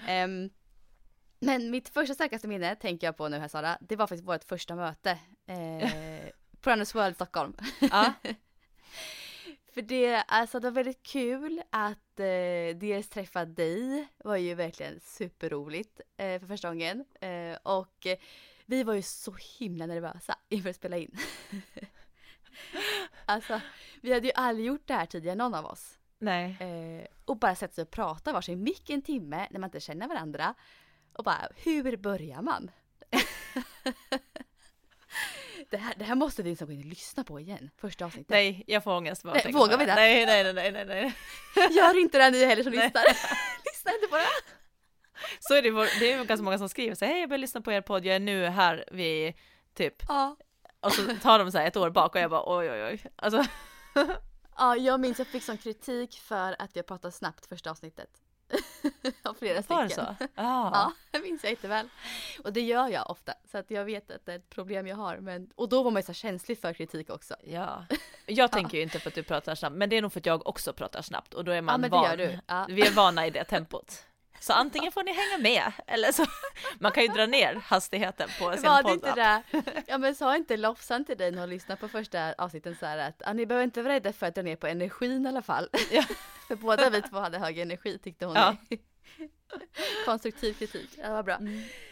Men mitt första starkaste minne tänker jag på nu här, Sara, det var faktiskt vårt första möte på Runners World Stockholm. Ja. För det var väldigt kul att dels träffa dig, var ju verkligen superroligt för första gången. Och vi var ju så himla nervösa inför att spela in. Alltså, vi hade ju aldrig gjort det här tidigare, någon av oss. Nej. Och bara sätta sig och prata varsin mick en timme när man inte känner varandra. Och bara, hur börjar man? Det här måste vi liksom gå in och lyssna på igen. Första avsnittet. Nej, jag får ångest. Nej, vågar vi det? Nej. Gör inte det ni heller som lyssnar. Lyssna inte på det. Så är det är ganska många som skriver så här: hej, jag börjar lyssna på er podd, jag är nu här vid typ. Ja. Och så tar de så här 1 år bak och jag bara oj. Alltså. Ja, jag minns att jag fick sån kritik för att jag pratade snabbt första avsnittet. Av flera stycken. Så? Ja, det minns jag inte väl. Och det gör jag ofta. Så att jag vet att det är ett problem jag har. Och då var man ju så känslig för kritik också. Ja. Jag tänker ju inte på att du pratar snabbt. Men det är nog för att jag också pratar snabbt. Och då är man men van. Det gör du. Ja. Vi är vana i det tempot. Så antingen får ni hänga med, eller så man kan ju dra ner hastigheten på sin Var det podd. inte det? Ja, men sa inte Lofsan till dig när hon lyssnade på första avsnitten så här att ni behöver inte vara rädda för att dra ner på energin i alla fall. Ja. För båda vi två hade hög energi, tyckte hon. Ja. Konstruktiv kritik, ja, det var bra.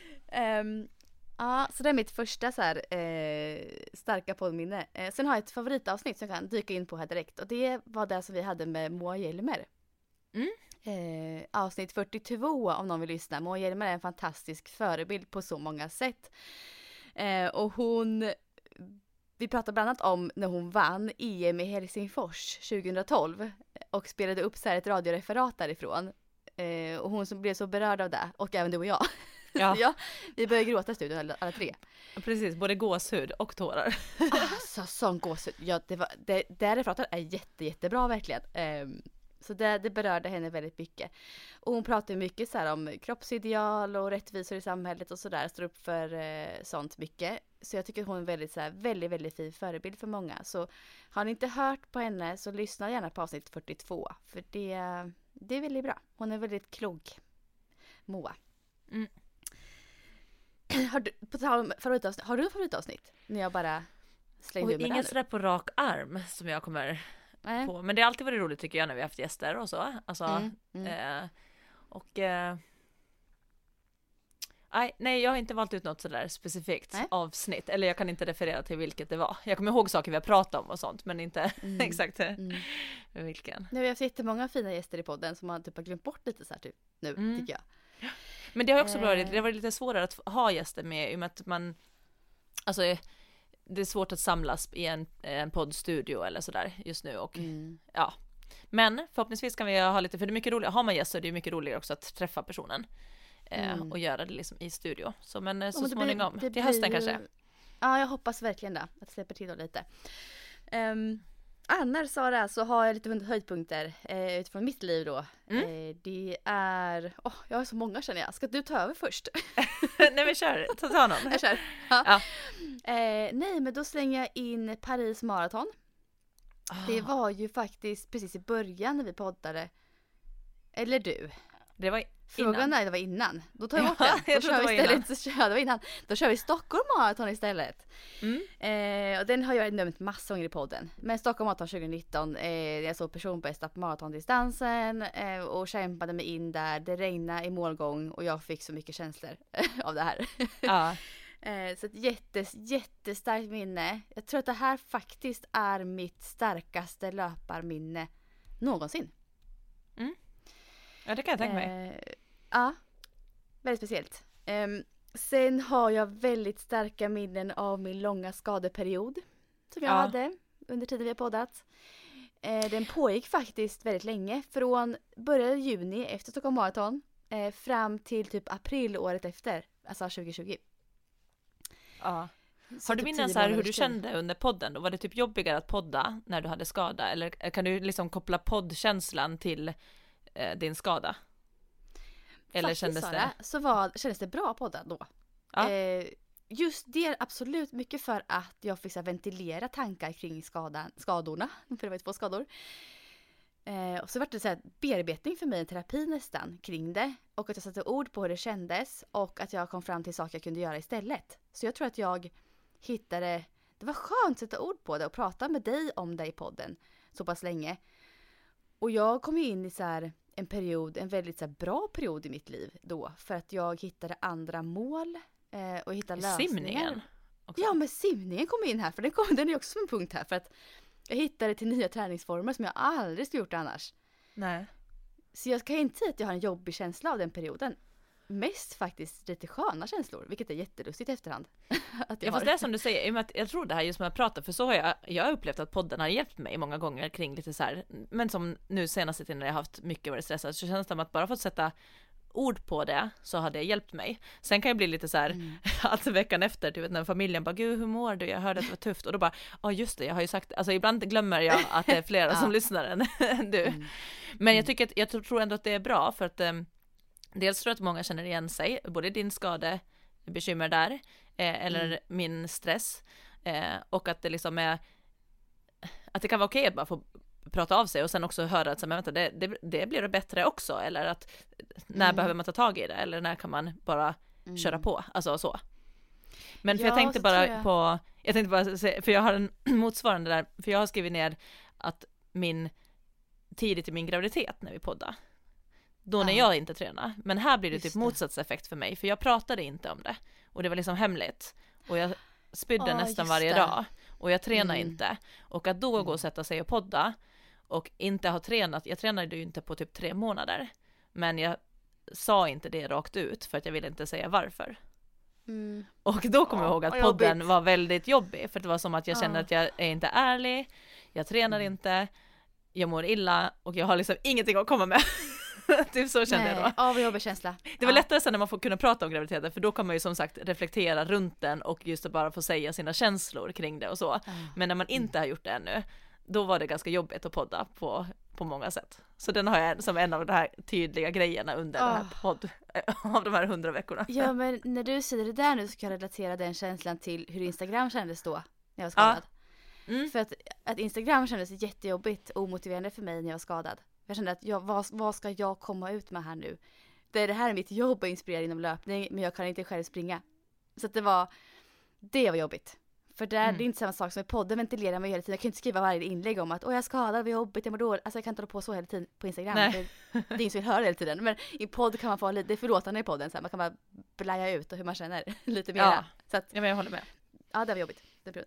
Ja, så det är mitt första så här, starka poddminne. Sen har jag ett favoritavsnitt som jag kan dyka in på här direkt. Och det var det som vi hade med Moa Hjelmer. Avsnitt 42 om någon vill lyssna. Moa Hjelmer är en fantastisk förebild på så många sätt. Och vi pratade bland annat om när hon vann EM i Helsingfors 2012 och spelade upp så här ett radioreferat därifrån. Och hon som blev så berörd av det, och även du och jag. Ja. Ja, vi började gråta i studion alla tre. Precis, både gåshud och tårar. Alltså, sån gåshud. Ja, det referatet är jättebra verkligen. Så det berörde henne väldigt mycket. Och hon pratar mycket så här om kroppsideal och rättvisor i samhället och sådär. Står upp för sånt mycket. Så jag tycker att hon är väldigt fin förebild för många. Så har ni inte hört på henne så lyssna gärna på avsnitt 42. För det är väldigt bra. Hon är väldigt klok. Moa. Har du ett favoritavsnitt? När jag bara slängde med Inget sådär på rak arm som jag kommer på. Men det har alltid varit roligt tycker jag när vi har haft gäster och så. Alltså, nej, jag har inte valt ut något sådär specifikt avsnitt. Eller jag kan inte referera till vilket det var. Jag kommer ihåg saker vi har pratat om och sånt, men inte exakt vilken. Nu har vi haft jättemånga fina gäster i podden som man typ har glömt bort lite så här typ nu, tycker jag. Men det har också varit, det har varit lite svårare att ha gäster med i och med att man, alltså det är svårt att samlas i en poddstudio eller sådär just nu och ja. Men förhoppningsvis kan vi ha lite, för det är mycket roligare, har man gäster är det mycket roligare också att träffa personen och göra det liksom i studio. Så men så småningom, till hösten kanske. Ja, jag hoppas verkligen det, att det släpper till då lite. Annars Sara, så har jag lite höjdpunkter utifrån mitt liv då. Det är, jag har så många känner jag. Ska du ta över först? Nej men kör, ta någon. Jag kör. Ja. Nej, men då slänger jag in Paris maraton. Det var ju faktiskt precis i början när vi poddade. Eller du? Det var Frågan när det var innan. Då tar jag bort det. Då kör vi istället. Då kör vi Stockholm maraton istället. Och den har jag nämnt massor gånger i podden. Men Stockholm maraton 2019. Jag såg personbästa på maratondistansen. Och kämpade mig in där. Det regnade i målgång. Och jag fick så mycket känslor av det här. Ja. Så ett jättestarkt minne. Jag tror att det här faktiskt är mitt starkaste löparminne någonsin. Ja, det kan jag tänka mig. Ja, väldigt speciellt. Sen har jag väldigt starka minnen av min långa skadeperiod som jag hade under tiden vi har poddat. Den pågick faktiskt väldigt länge. Från början juni efter Stockholm maraton fram till typ april året efter, alltså 2020. Ja. Har du minnen så här hur du kände under podden? Då var det typ jobbigare att podda när du hade skada? Eller kan du liksom koppla poddkänslan till din skada? Eller faktiskt, kändes det? Kändes det bra podda då? Ja. Just det, absolut mycket för att jag fick så ventilera tankar kring skadorna. För det var 2 skador. Och så var det så här bearbetning för mig, en terapi nästan kring det. Och att jag satte ord på hur det kändes. Och att jag kom fram till saker jag kunde göra istället. Så jag tror att jag hittade, det var skönt att sätta ord på det och prata med dig om det i podden så pass länge. Och jag kom ju in i så här en väldigt så här bra period i mitt liv då. För att jag hittade andra mål och hittade lösningar. Simningen också. Ja, men simningen kom in här, för den är också som en punkt här. För att jag hittade till nya träningsformer som jag aldrig skulle gjort annars. Nej. Så jag kan inte säga att jag har en jobbig känsla av den perioden. Mest faktiskt lite sköna känslor, vilket är jättelustigt i efterhand. Fast det är som du säger, i och med att jag tror det här just med att prata, för så har jag upplevt att podden har hjälpt mig många gånger kring lite så här, men som nu senaste tiden när jag har haft mycket varit stressad, så känns det som att bara få sätta ord på det så har det hjälpt mig. Sen kan jag bli lite så här alltså veckan efter, du vet, när familjen bara, gud hur mår du? Jag hörde att det var tufft, och då bara, just det, jag har ju sagt, alltså ibland glömmer jag att det är flera som lyssnar än du. Men jag tror ändå att det är bra, för att dels tror jag att många känner igen sig, både din skadebekymmer där, eller min stress, och att det liksom är, att det kan vara okej att bara få prata av sig och sen också höra att så, men vänta, det blir det bättre också, eller att när behöver man ta tag i det, eller när kan man bara köra på, alltså så. Men för jag tänkte bara säga, för jag har en motsvarande där, för jag har skrivit ner att tidigt i min graviditet när vi poddade, då när jag inte tränar, men här blir det typ motsatseffekt för mig, för jag pratade inte om det och det var liksom hemligt och jag spydde nästan varje dag och jag tränade inte, och att då gå och sätta sig och podda och inte ha tränat, jag tränade ju inte på typ 3 månader, men jag sa inte det rakt ut för att jag ville inte säga varför. Och då kommer jag ihåg att podden var väldigt jobbig, för det var som att jag kände att jag är inte ärlig, jag tränar inte, jag mår illa och jag har liksom ingenting att komma med. Typ så kände jag då. Ja, vad jobbig känsla. Det var lättare sen när man får kunna prata om graviditeten, för då kan man ju som sagt reflektera runt den och just att bara få säga sina känslor kring det och så. Men när man inte har gjort det ännu, då var det ganska jobbigt att podda på många sätt. Så den har jag som en av de här tydliga grejerna under den här podd av de här 100 veckorna. Ja, men när du säger det där nu så kan jag relatera den känslan till hur Instagram kändes då när jag var skadad. För att Instagram kändes jättejobbigt och omotiverande för mig när jag var skadad. Jag kände att vad ska jag komma ut med här nu? Det här är mitt jobb att inspirera inom löpning, men jag kan inte själv springa. Så att det var jobbigt. För det är inte samma sak som i podden, ventilerar mig hela tiden. Jag kan inte skriva varje inlägg om att jag är skadad, vad jobbigt, jag mår dåligt. Alltså jag kan inte hålla på så hela tiden på Instagram. Det är ingen som vill höra hela tiden. Men i podd kan man få lite förlåtande i podden. Så här, man kan bara blaja ut och hur man känner lite mer. Ja, så att, men jag håller med. Ja, det var jobbigt.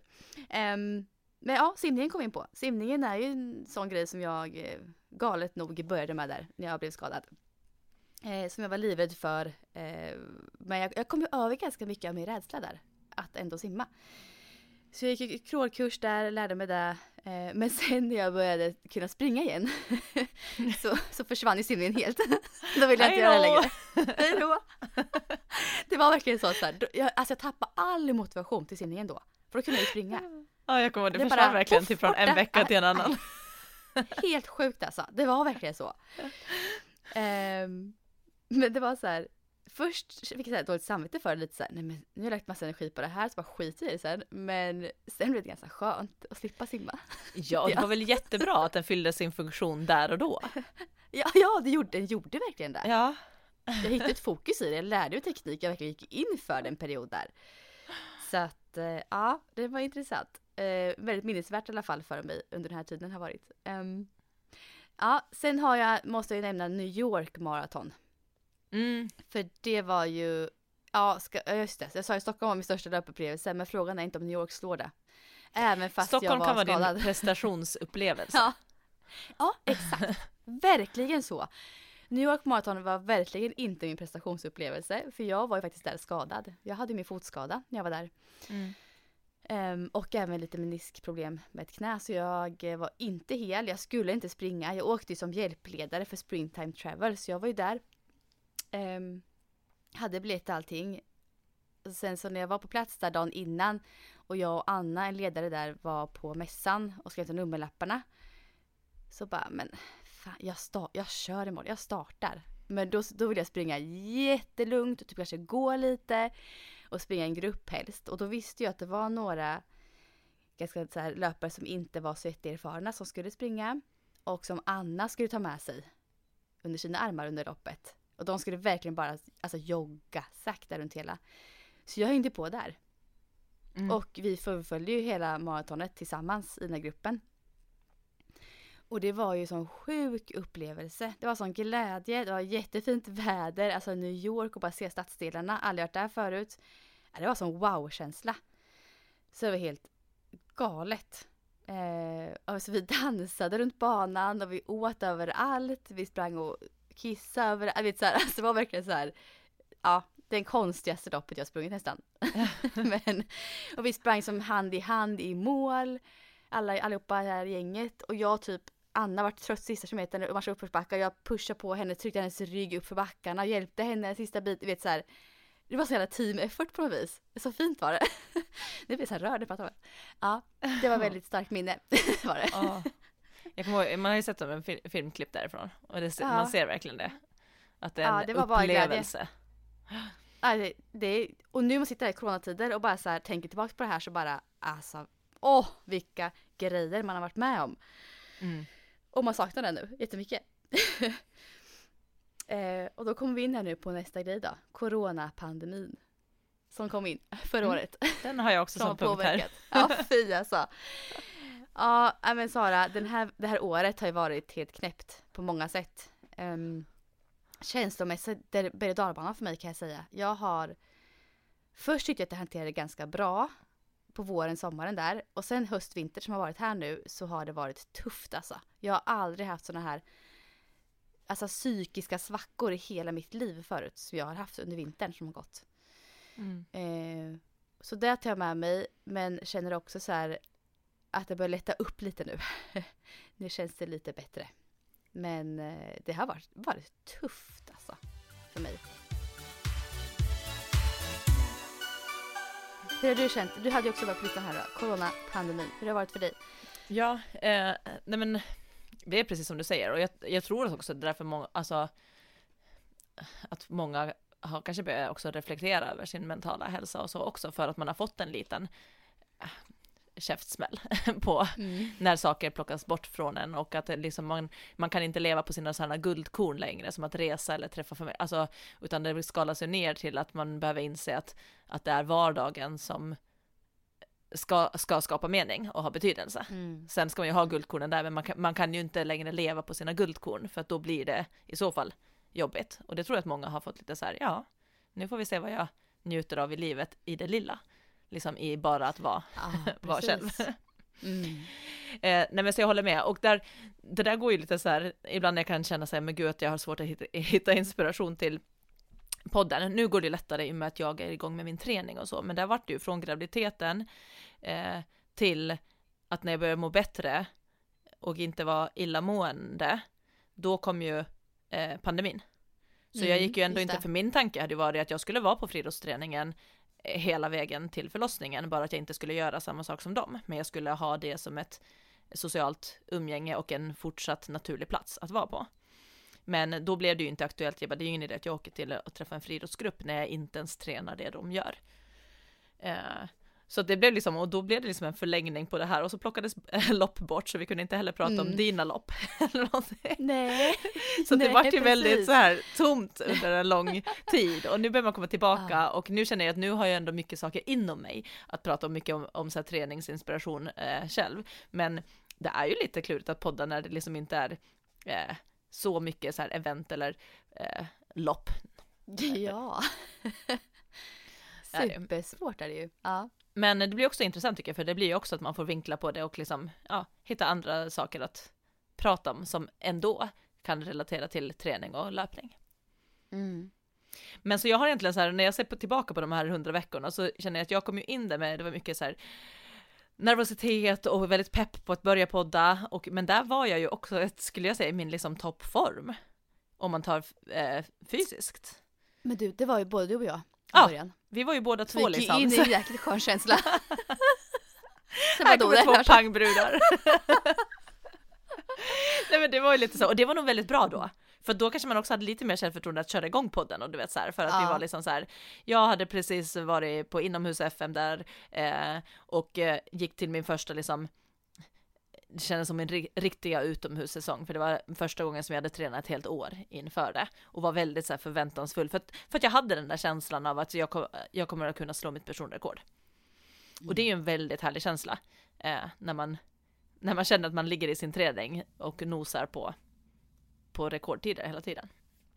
Men ja, simningen kom in på. Simningen är ju en sån grej som jag galet nog började med där när jag blev skadad. Som jag var livrädd för. Men jag kom ju över ganska mycket av min rädsla där. Att ändå simma. Så jag gick crawlkurs där, lärde mig det. Men sen när jag började kunna springa igen så försvann ju simningen helt. Då ville jag inte göra det längre. Hejdå. Det var verkligen så här. Jag tappade all motivation till simningen då. För då kunde jag springa. Ja, jag kommer ihåg, det försvann verkligen typ från en vecka till en annan. Helt sjukt alltså. Det var verkligen så. Men det var så här. Först fick jag dåligt samvete för det, lite så här, nej men nu har jag lagt massa energi på det här så bara skiter i det sen. Men sen blev det ganska skönt att slippa simma. Ja, det var väl jättebra att den fyllde sin funktion där och då. Ja, den gjorde verkligen det. Ja. Jag hittade ett fokus i det, jag lärde ju teknik, jag verkligen gick in för den period där. Så att, ja, det var intressant. Väldigt minnesvärt i alla fall för mig under den här tiden har varit. Ja, sen måste jag nämna New York Marathon. För det var ju, just det, jag sa ju Stockholm var min största löpupplevelse, men frågan är inte om New York slår det. Även fast Stockholm jag var skadad. kan vara din prestationsupplevelse. Ja, exakt. Verkligen så. New York Marathon var verkligen inte min prestationsupplevelse, för jag var ju faktiskt där skadad. Jag hade min fotskada när jag var där. Och även lite meniskproblem med ett knä, så jag var inte hel. Jag skulle inte springa. Jag åkte ju som hjälpledare för Springtime Travel, så jag var ju där. Hade biljett och allting. Sen så när jag var på plats där dagen innan och jag och Anna, en ledare där, var på mässan och skrev till nummerlapparna, så bara, men fan, jag kör imorgon, jag startar. Men då vill jag springa jättelugnt och typ kanske gå lite och springa en grupp helst. Och då visste jag att det var några ganska så här löpare som inte var så jätteerfarna som skulle springa och som Anna skulle ta med sig under sina armar under loppet. Och de skulle verkligen bara jogga sakta runt hela. Så jag hängde på där. Och vi fullföljde ju hela maratonet tillsammans i den här gruppen. Och det var ju sån sjuk upplevelse. Det var sån glädje. Det var jättefint väder. Alltså New York och bara se stadsdelarna. Aldrig varit där förut. Ja, det var sån wow-känsla. Så det var helt galet. Alltså vi dansade runt banan och vi åt överallt. Vi sprang och kissade överallt. Vet, så här, alltså det var verkligen så här. Ja, den konstigaste loppet jag sprungit nästan. Och vi sprang som hand i hand i mål. Allihopa här i gänget. Och jag Anna var trött sista kilometern och marschade upp för backar. Jag pushade på henne, tryckte hennes rygg upp för backarna. Hjälpte henne sista biten. Vet, så här, det var så jävla team effort på något vis. Så fint var det. Det blev så här rörde på att ja, det var väldigt starkt minne. Var det. Jag kommer ihåg, man har ju sett en filmklipp därifrån. Och man ser verkligen det. Att det är en det var upplevelse. Och nu man sitter här i coronatider och bara så här tänker tillbaka på det här, så bara vilka grejer man har varit med om. Och man saknar den nu jättemycket. Och då kommer vi in här nu på nästa grej då. Coronapandemin. Som kom in förra året. Den har jag också som punkt här. Ja, fy alltså. Ja, men Sara, det här året har ju varit helt knäppt på många sätt. Känslomässigt, det är berg- och dalbanan för mig kan jag säga. Jag har först tyckt att jag hanterade det ganska bra på våren, sommaren där. Och sen höst, vinter som har varit här nu så har det varit tufft alltså. Jag har aldrig haft såna här alltså psykiska svackor i hela mitt liv förut som jag har haft under vintern som har gått. Så det tar jag med mig, men känner också så här att det börjar lätta upp lite nu. Nu känns det lite bättre. Men det har varit tufft alltså för mig. Hur har du känt? Du hade ju också varit på listan här då, coronapandemin. Hur har det varit för dig? Ja, nej men det är precis som du säger, och jag tror också det är därför många, alltså, att många har kanske börjat också reflektera över sin mentala hälsa och så också, för att man har fått en liten käftsmäll på när saker plockas bort från en, och att det liksom man kan inte leva på sina sådana guldkorn längre som att resa eller träffa familj, alltså, utan det skalar sig ner till att man behöver inse att det är vardagen som ska skapa mening och ha betydelse. Sen ska man ju ha guldkornen där, men man kan ju inte längre leva på sina guldkorn, för att då blir det i så fall jobbigt. Och det tror jag att många har fått lite så här, ja, nu får vi se vad jag njuter av i livet i det lilla. Liksom i bara att vara själv. Nej, men så jag håller med. Och det där går ju lite så här, ibland jag kan känna så här, men gud att jag har svårt att hitta inspiration till podden. Nu går det lättare i och med att jag är igång med min träning och så, men det har varit ju från graviditeten till att när jag började må bättre och inte var illamående, då kom ju pandemin. Så jag gick ju ändå inte, för min tanke hade ju varit att jag skulle vara på friidrottsträningen hela vägen till förlossningen, bara att jag inte skulle göra samma sak som dem, men jag skulle ha det som ett socialt umgänge och en fortsatt naturlig plats att vara på. Men då blev det ju inte aktuellt. Jag bara, det är ju ingen idé att jag åker till att träffa en friidrottsgrupp när jag inte ens tränar det de gör. Så det blev liksom, och då blev det liksom en förlängning på det här, och så plockades lopp bort, så vi kunde inte heller prata om dina lopp eller någonting. Nej. Så det var ju väldigt så här tomt under en lång tid, och nu börjar man komma tillbaka, och nu känner jag att nu har jag ändå mycket saker inom mig att prata mycket om så här träningsinspiration själv, men det är ju lite klurigt att podda när det liksom inte är så mycket så här event eller lopp. Ja. Supersvårt är det ju. Ja. Men det blir också intressant tycker jag, för det blir ju också att man får vinkla på det och liksom, hitta andra saker att prata om som ändå kan relatera till träning och löpning. Men så jag har egentligen så här, när jag ser tillbaka på de här 100 veckorna, så känner jag att jag kom ju in där med, det var mycket så här nervositet och väldigt pepp på att börja podda, men där var jag ju också, skulle jag säga, i min liksom toppform om man tar fysiskt. Men du, det var ju både du och jag i början. Vi var ju båda två liksom. Vi gick in i en jäkligt skön känsla. Här kommer 2 pangbrudar. Nej, men det var ju lite så, och det var nog väldigt bra då. För då kanske man också hade lite mer självförtroende att köra igång podden, och du vet så här, för att vi var liksom så här, jag hade precis varit på Inomhus FM där och gick till min första liksom, det kändes som en riktiga utomhussäsong, för det var första gången som jag hade tränat ett helt år inför det, och var väldigt så här förväntansfull, för att jag hade den där känslan av att jag kommer att kunna slå mitt personrekord. Och det är ju en väldigt härlig känsla när man känner att man ligger i sin träning och nosar på rekordtider hela tiden.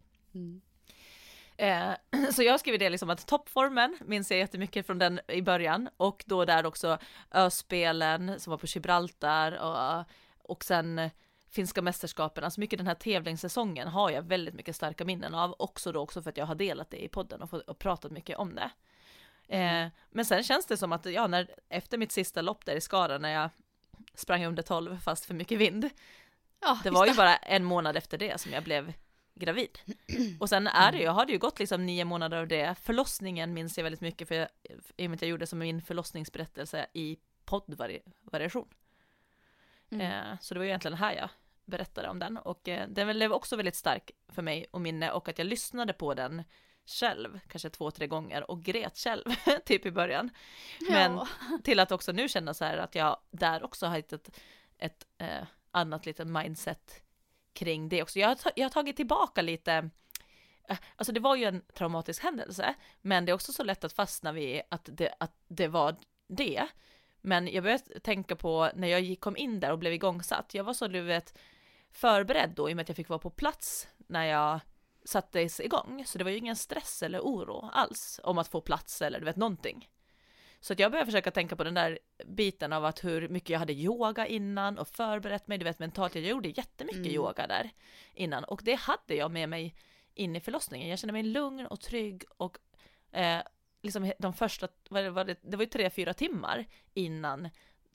Så jag skrev det liksom att toppformen minns jag jättemycket från den i början, och då där också Öspelen som var på Gibraltar och sen finska mästerskapen, alltså mycket den här tävlingssäsongen har jag väldigt mycket starka minnen av, också för att jag har delat det i podden och pratat mycket om det. Men sen känns det som att efter mitt sista lopp där i Skara, när jag sprang under 12 fast för mycket vind, det var ju bara en månad efter det som jag blev gravid. Och sen jag hade ju gått liksom 9 månader av det. Förlossningen minns jag väldigt mycket, för i och med att jag gjorde som min förlossningsberättelse i poddvariation. Så det var ju egentligen här jag berättade om den, och den blev också väldigt stark för mig och minne, och att jag lyssnade på den själv kanske 2-3 gånger och grät själv typ i början. Men till att också nu känna så här att jag där också har hittat ett annat litet mindset kring det också. Jag har tagit tillbaka lite, alltså det var ju en traumatisk händelse, men det är också så lätt att fastna vid att det var det. Men jag började tänka på när jag kom in där och blev igångsatt. Jag var så, du vet, förberedd då i och med att jag fick vara på plats när jag sattes igång. Så det var ju ingen stress eller oro alls om att få plats eller du vet någonting. Så att jag började försöka tänka på den där biten av att hur mycket jag hade yoga innan och förberett mig. Du vet mentalt, jag gjorde jättemycket yoga där innan. Och det hade jag med mig in i förlossningen. Jag kände mig lugn och trygg och liksom de första, det var ju 3-4 timmar innan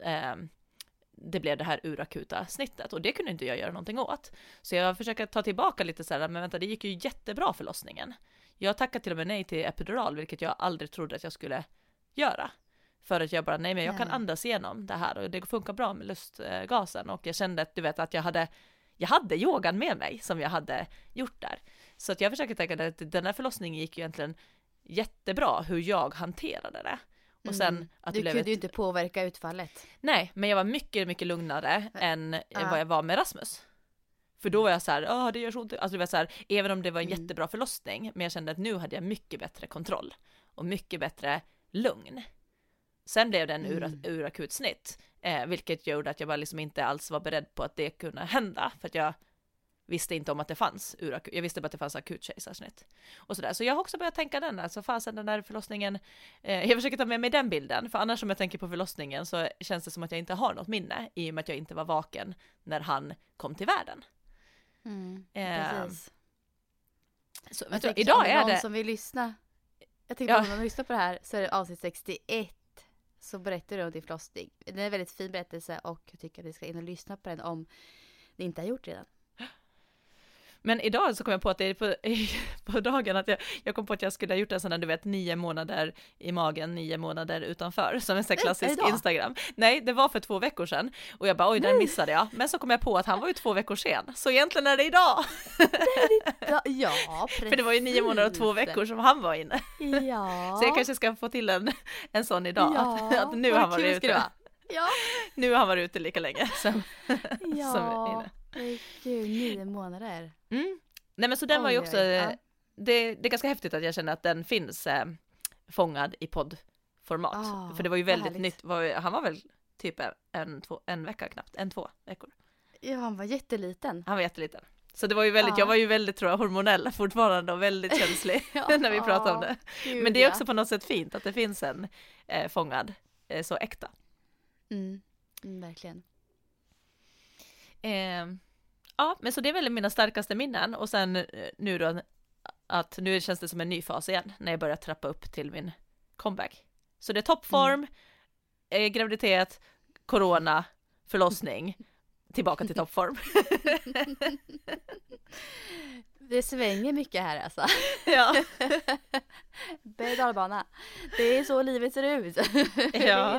det blev det här urakuta snittet. Och det kunde inte jag göra någonting åt. Så jag försöker ta tillbaka lite så här, men vänta, det gick ju jättebra förlossningen. Jag tackade till och med nej till epidural, vilket jag aldrig trodde att jag skulle göra. För att jag bara, nej men jag kan andas igenom det här och det funkar bra med lustgasen. Och jag kände att, du vet, att jag hade yogan med mig som jag hade gjort där. Så att jag försöker tänka att den här förlossningen gick ju egentligen jättebra hur jag hanterade det. Och sen att du kunde ju inte påverka utfallet. Nej, men jag var mycket, mycket lugnare än vad jag var med Rasmus. För då var jag så här, det gör så ont. Alltså det var så här, även om det var en jättebra förlossning, men jag kände att nu hade jag mycket bättre kontroll och mycket bättre lugn. Sen blev det en urakut snitt, vilket gjorde att jag bara liksom inte alls var beredd på att det kunde hända, för att jag visste inte om att det fanns jag visste bara att det fanns akut kejsarsnitt och sådär. Så jag har också börjat tänka den, alltså fasen den där förlossningen, jag försöker ta med mig den bilden, för annars om jag tänker på förlossningen så känns det som att jag inte har något minne i och med att jag inte var vaken när han kom till världen. Precis. Så idag är det som vill lyssna. Jag tänkte om man lyssnar på det här så är det avsnitt 61, så berättar du om din förlossning. Det är en väldigt fin berättelse och jag tycker att ni ska in och lyssna på den om ni inte har gjort det redan. Men idag så kom jag på att det är på dagen att jag kom på att jag skulle ha gjort en sån där, du vet, 9 månader i magen, 9 månader utanför, som en sån klassisk Instagram. Nej, det var för 2 veckor sedan. Och jag bara, oj, den missade jag. Men så kom jag på att han var ju 2 veckor sen. Så egentligen är det idag. Ja, precis. För det var ju 9 månader och 2 veckor som han var inne. Ja. Så jag kanske ska få till en sån idag. Ja, att nu har han varit ute. Ja. Nu har han varit ute lika länge som inne. Gud, 9 månader. Nej, men så den var ju också, det är ganska häftigt att jag känner att den finns fångad i poddformat. För det var ju väldigt nytt. Han var väl typ en vecka knappt, 2 veckor. Ja, han var jätteliten. Så det var ju väldigt, jag var ju väldigt, tror jag, hormonell fortfarande och väldigt känslig när vi pratade om det. Gud, men det är också på något sätt fint att det finns en fångad så äkta. Verkligen. Ja, men så det är väl mina starkaste minnen. Och sen nu då, att nu känns det som en ny fas igen när jag börjar trappa upp till min comeback. Så det är toppform, graviditet, corona, förlossning, tillbaka till toppform. Det svänger mycket här alltså. Ja. Berg-dalbana. Det är så livet ser ut. Ja.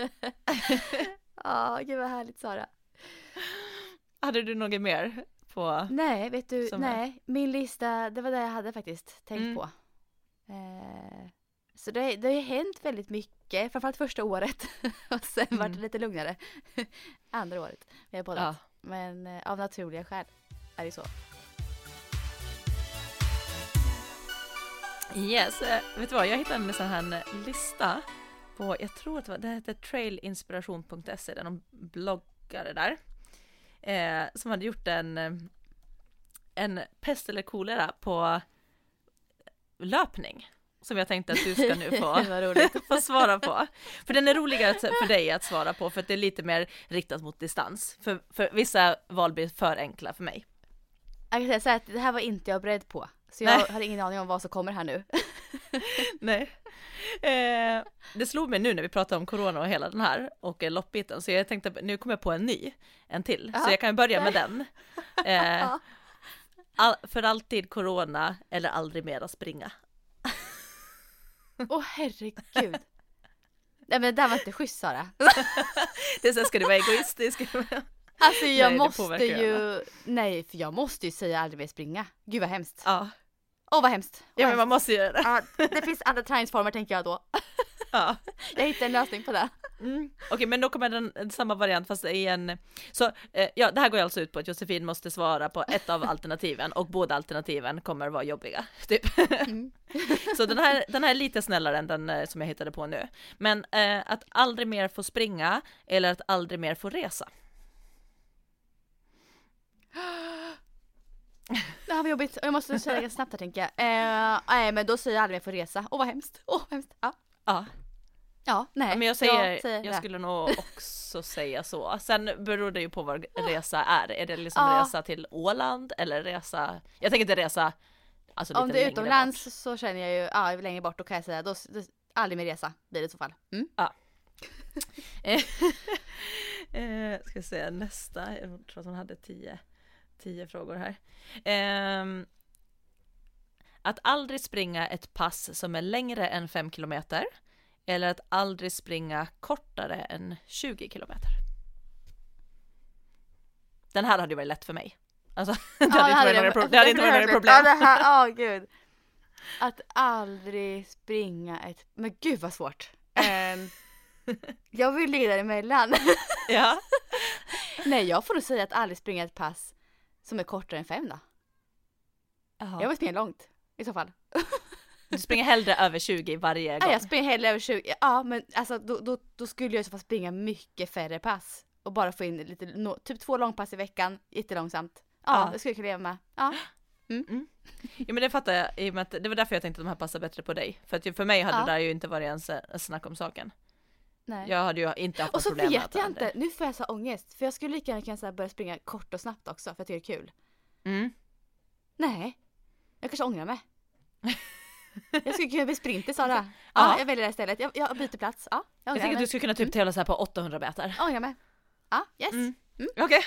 Ja, gud vad härligt, Sara. Hade du något mer på? Nej, vet du, min lista, det var det jag hade faktiskt tänkt på. Så det har ju hänt väldigt mycket, framförallt första året. Och sen var det lite lugnare andra året. Vi har poddat. Men av naturliga skäl är det så. Yes, vet du vad, jag hittade en sån här lista på, jag tror att det heter trailinspiration.se, det är någon bloggare där som hade gjort en pest eller kolera på löpning, som jag tänkte att du ska nu få svara på. För den är roligare för dig att svara på, för att det är lite mer riktat mot distans. För vissa val blir för enkla för mig. Jag kan säga att det här var inte jag beredd på. Så jag hade ingen aning om vad som kommer här nu. Nej. Det slog mig nu när vi pratade om corona och hela den här och loppbiten. Så jag tänkte att nu kommer jag på en till. Så jag kan börja med den. För alltid corona eller aldrig mera springa. Herregud. Nej, men det där var inte schysst, Sara. Det så ska du vara egoistisk. Alltså jag måste ju säga aldrig mer springa. Gud vad hemskt. Ja. Vad hemskt. Ja, men man måste göra det. Ja, det finns andra träningsformer, tänker jag då. Ja. Jag hittade en lösning på det. Okej, men då kommer samma variant fast i en... Så ja, det här går alltså ut på att Josefin måste svara på ett av alternativen och båda alternativen kommer vara jobbiga. Typ. Så den här är lite snällare än den som jag hittade på nu. Men att aldrig mer få springa eller att aldrig mer få resa. Det här var jobbigt. Och jag måste säga det snabbt här, tänker jag. Nej, men då säger jag aldrig mer få resa. Vad hemskt. Hemskt. Ja. Ja, nej. Men jag skulle nog också säga så. Sen beror det ju på vad resa är. Är det liksom resa till Åland eller resa... Jag tänker inte resa alltså lite om det är utomlands bort. Så känner jag ju längre bort, då kan jag säga då aldrig mer resa blir det i så fall. Ja. Ska vi se nästa. Jag tror att hon hade 10 frågor här. Att aldrig springa ett pass som är längre än 5 kilometer. Eller att aldrig springa kortare än 20 kilometer. Den här hade ju varit lätt för mig. Alltså, det hade inte varit några problem. Ja, det här, gud. Att aldrig springa ett... Men gud vad svårt. Jag vill ligga däremellan. Ja. Nej, jag får nog säga att aldrig springa ett pass som är kortare än 5 då. Aha. Jag vill springa långt i så fall. Du springer hellre över 20 varje gång. Ja, jag springer hellre över 20. Ja, men alltså, då skulle jag i så fall springa mycket färre pass. Och bara få in lite, typ 2 långpass i veckan, jättelångsamt. Ja, det skulle jag kunna leva med. Ja. Ja, men det fattar jag. I och med att det var därför jag tänkte att de här passar bättre på dig. För att för mig hade det där ju inte varit ens en snack om saken. Nej. Jag hade ju inte haft och så problem med vet jag inte, nu får jag så ångest. För jag skulle lika gärna kunna börja springa kort och snabbt också, för jag tycker det är kul. Nej, jag kanske ångrar mig. Jag skulle kunna bli sprinter, Sara. Ja, jag väljer det istället. Jag byter plats. Ja, jag tänker att du skulle kunna typ tävla så här på 800 meter. Ångrar mig. Ja, yes. Okej.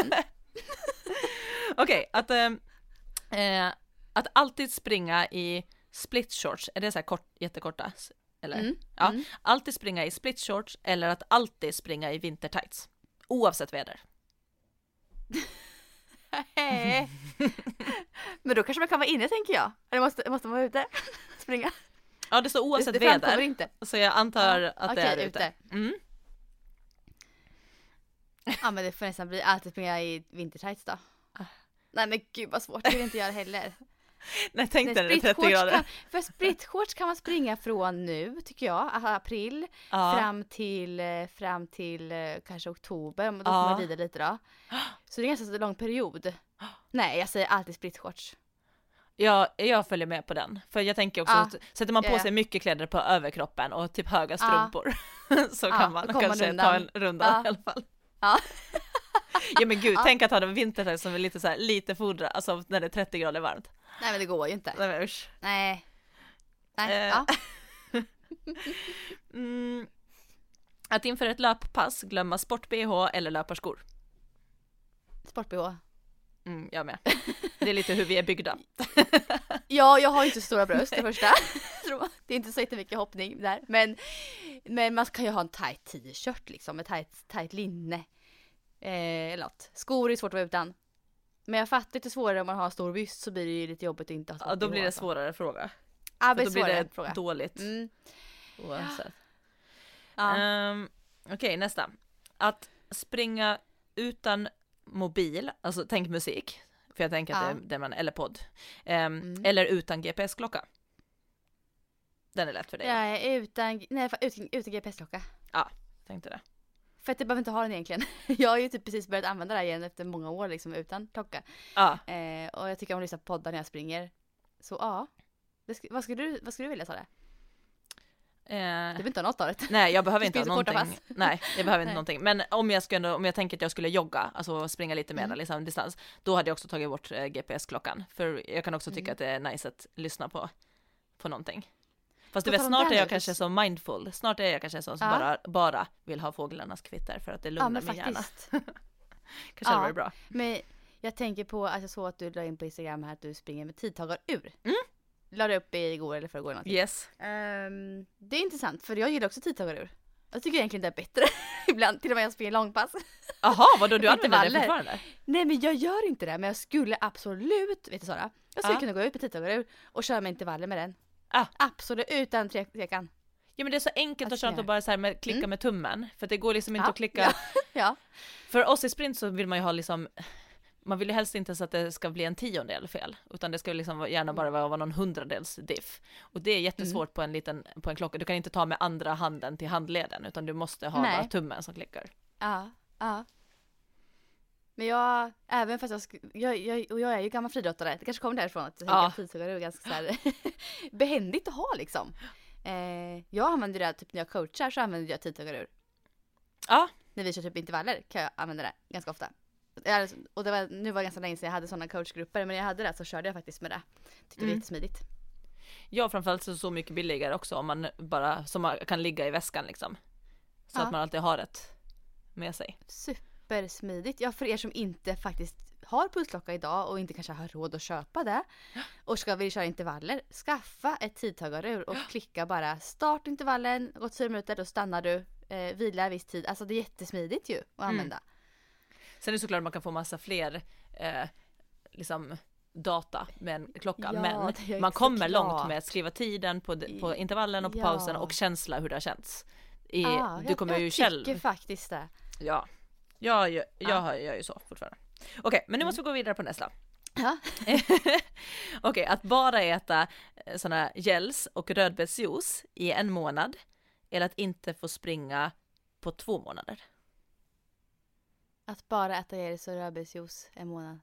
Okej, att alltid springa i split shorts. Är det så här jättekorta? Eller? Alltid springa i split shorts eller att alltid springa i vintertights. Oavsett väder. Men då kanske man kan vara inne, tänker jag. Eller måste man vara ute? Springa. Ja, det står oavsett väder. Inte. Så jag antar att det är ute. Ja, men det får nästan bli alltid springa i vintertights då. Nej, men gud vad svårt. Det vill inte göra heller. Nej, tänk dig det 30 grader. För spritshorts kan man springa från nu, tycker jag, april, fram till kanske oktober, men då får man rida lite då. Så det är en ganska lång period. Nej, jag säger alltid spritshorts. Ja, jag följer med på den. För jag tänker också att sätter man på sig mycket kläder på överkroppen och typ höga strumpor så kan man kanske ta en runda i alla fall. Ja. Ja, men gud, tänk att ha en vintertights som är lite så här, lite fodra, alltså när det är 30 grader varmt. Nej, men det går ju inte. Nej, men usch. Nej. Att inför ett löppass glömma sport-BH eller löparskor. Sport-BH. Jag med. Det är lite hur vi är byggda. Ja, jag har inte så stora bröst det första. Det är inte så jättemycket hoppning där. Men man kan ju ha en tight t-shirt liksom, med tight linne. Eller något. Skor är svårt att vara utan. Men jag fattar inte svårare om man har stor byst, så blir det ju lite jobbigt att inte ha sport-BH. Ja, då blir det svårare fråga. Ja, då blir det dåligt. Oavsett. Okej, nästa. Att springa utan mobil, alltså tänk musik, för jag tänker att det är man, eller podd, eller utan GPS-klocka. Den är lätt för dig. Ja, utan GPS-klocka. Ja, tänkte det. För att jag behöver inte ha den egentligen. Jag har ju typ precis börjat använda det här igen efter många år liksom utan klocka. Och jag tycker om att lyssna på poddar när jag springer. Så vad skulle du vilja, Sara? Du behöver inte ha något av det. Nej, jag behöver inte ha någonting. Nej, jag behöver inte någonting. Men om jag tänker att jag skulle jogga, alltså springa lite mer liksom, distans, då hade jag också tagit bort GPS-klockan. För jag kan också tycka att det är nice att lyssna på någonting. Fast du vet, snart är jag kanske så mindful. Snart är jag kanske så som bara vill ha fåglarnas kvitter för att det lugnar min hjärna. Kanske det var bra. Men jag tänker på att jag såg att du la in på Instagram här att du springer med tidtagarur. La det upp igår eller förrgår någonting. Yes. Det är intressant, för jag gillar också tidtagarur. Jag tycker egentligen det är bättre ibland, till och med jag springer långpass. Jaha, vadå, du använder det fortfarande? Nej, men jag gör inte det, men jag skulle absolut, vet du Sara, jag skulle kunna gå ut på tidtagarur och köra med intervaller med den. Absolut, utan tvekan. Ja, men det är så enkelt att köra att bara så här med, klicka med tummen. För det går liksom inte Ja, att klicka. Ja. För oss i sprint så vill man ju ha liksom, man vill ju helst inte så att det ska bli en 10:e fel, utan det ska liksom gärna bara vara någon 100:dels diff. Och det är jättesvårt på en klocka. Du kan inte ta med andra handen till handleden, utan du måste ha bara tummen som klickar. Ja. Men jag, även fast jag är ju gammal friidrottare, det kanske kommer därifrån att jag tänker att tidtagare är ganska så här behändigt att ha liksom. Jag använder det typ när jag coachar, så använder jag tidtagarur. Ja. När vi kör typ intervaller kan jag använda det ganska ofta. Och nu var det ganska länge sedan jag hade sådana coachgrupper, men jag hade det så körde jag faktiskt med det. Tyckte det var jättesmidigt. Ja, framförallt så mycket billigare också om man bara, som man kan ligga i väskan liksom. Så att man alltid har ett med sig. Supersmidigt. Ja, för er som inte faktiskt har pulsklocka idag och inte kanske har råd att köpa det och ska vilja köra intervaller, skaffa ett tidtagarur och klicka bara start intervallen, gått 4 minuter, då stannar du, vila viss tid. Alltså det är jättesmidigt ju att använda. Sen är det såklart att man kan få massa fler liksom data med en klocka, Ja, men man kommer långt med att skriva tiden på intervallen och på pausen och känsla hur det har känts. Du kommer ju själv. Jag tycker faktiskt det. Ja. Jag gör ju så fortfarande. Okej, men nu måste vi gå vidare på nästa. Ja. Okej, att bara äta såna gels och rödbetsjuice i 1 månad eller att inte få springa på 2 månader. Att bara äta gels och rödbetsjuice 1 månad.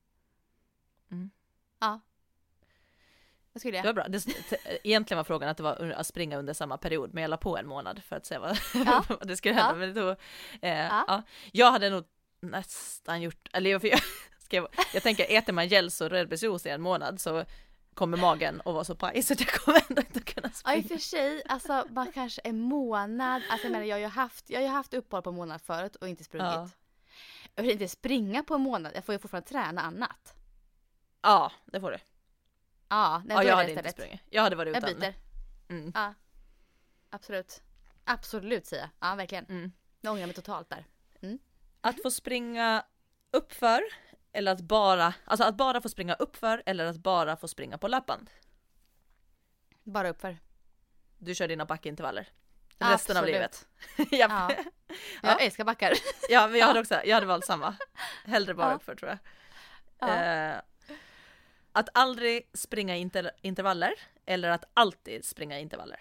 Ja. Vad skulle jag? Det var bra. Egentligen var frågan att det var att springa under samma period, men jag la på 1 månad för att se vad det skulle hända. Men då, jag hade nog nästan gjort, eller jag tänker, äter man gels och rödbetsjuice i 1 månad så kommer magen att vara så paj så jag kommer ändå inte kunna springa. Ja, i och för sig, alltså man kanske 1 månad, alltså jag menar jag har ju haft uppehåll på en månad förut och inte sprungit. Ja. Jag vill inte springa på en månad, jag får ju fortfarande träna annat. Ja, det får du. Ja, jag hade inte sprungit. Jag hade varit utan. Jag byter. Ja, absolut. Absolut säger jag. Ja, verkligen. Jag ångrar mig totalt där. Att få springa uppför eller att bara få springa uppför eller att bara få springa på löpband. Bara uppför. Du kör dina backintervaller resten av livet. Ja. Jag älskar backar. Ja, men jag hade valt samma. Hellre bara uppför tror jag. Ja. Att aldrig springa intervaller eller att alltid springa intervaller.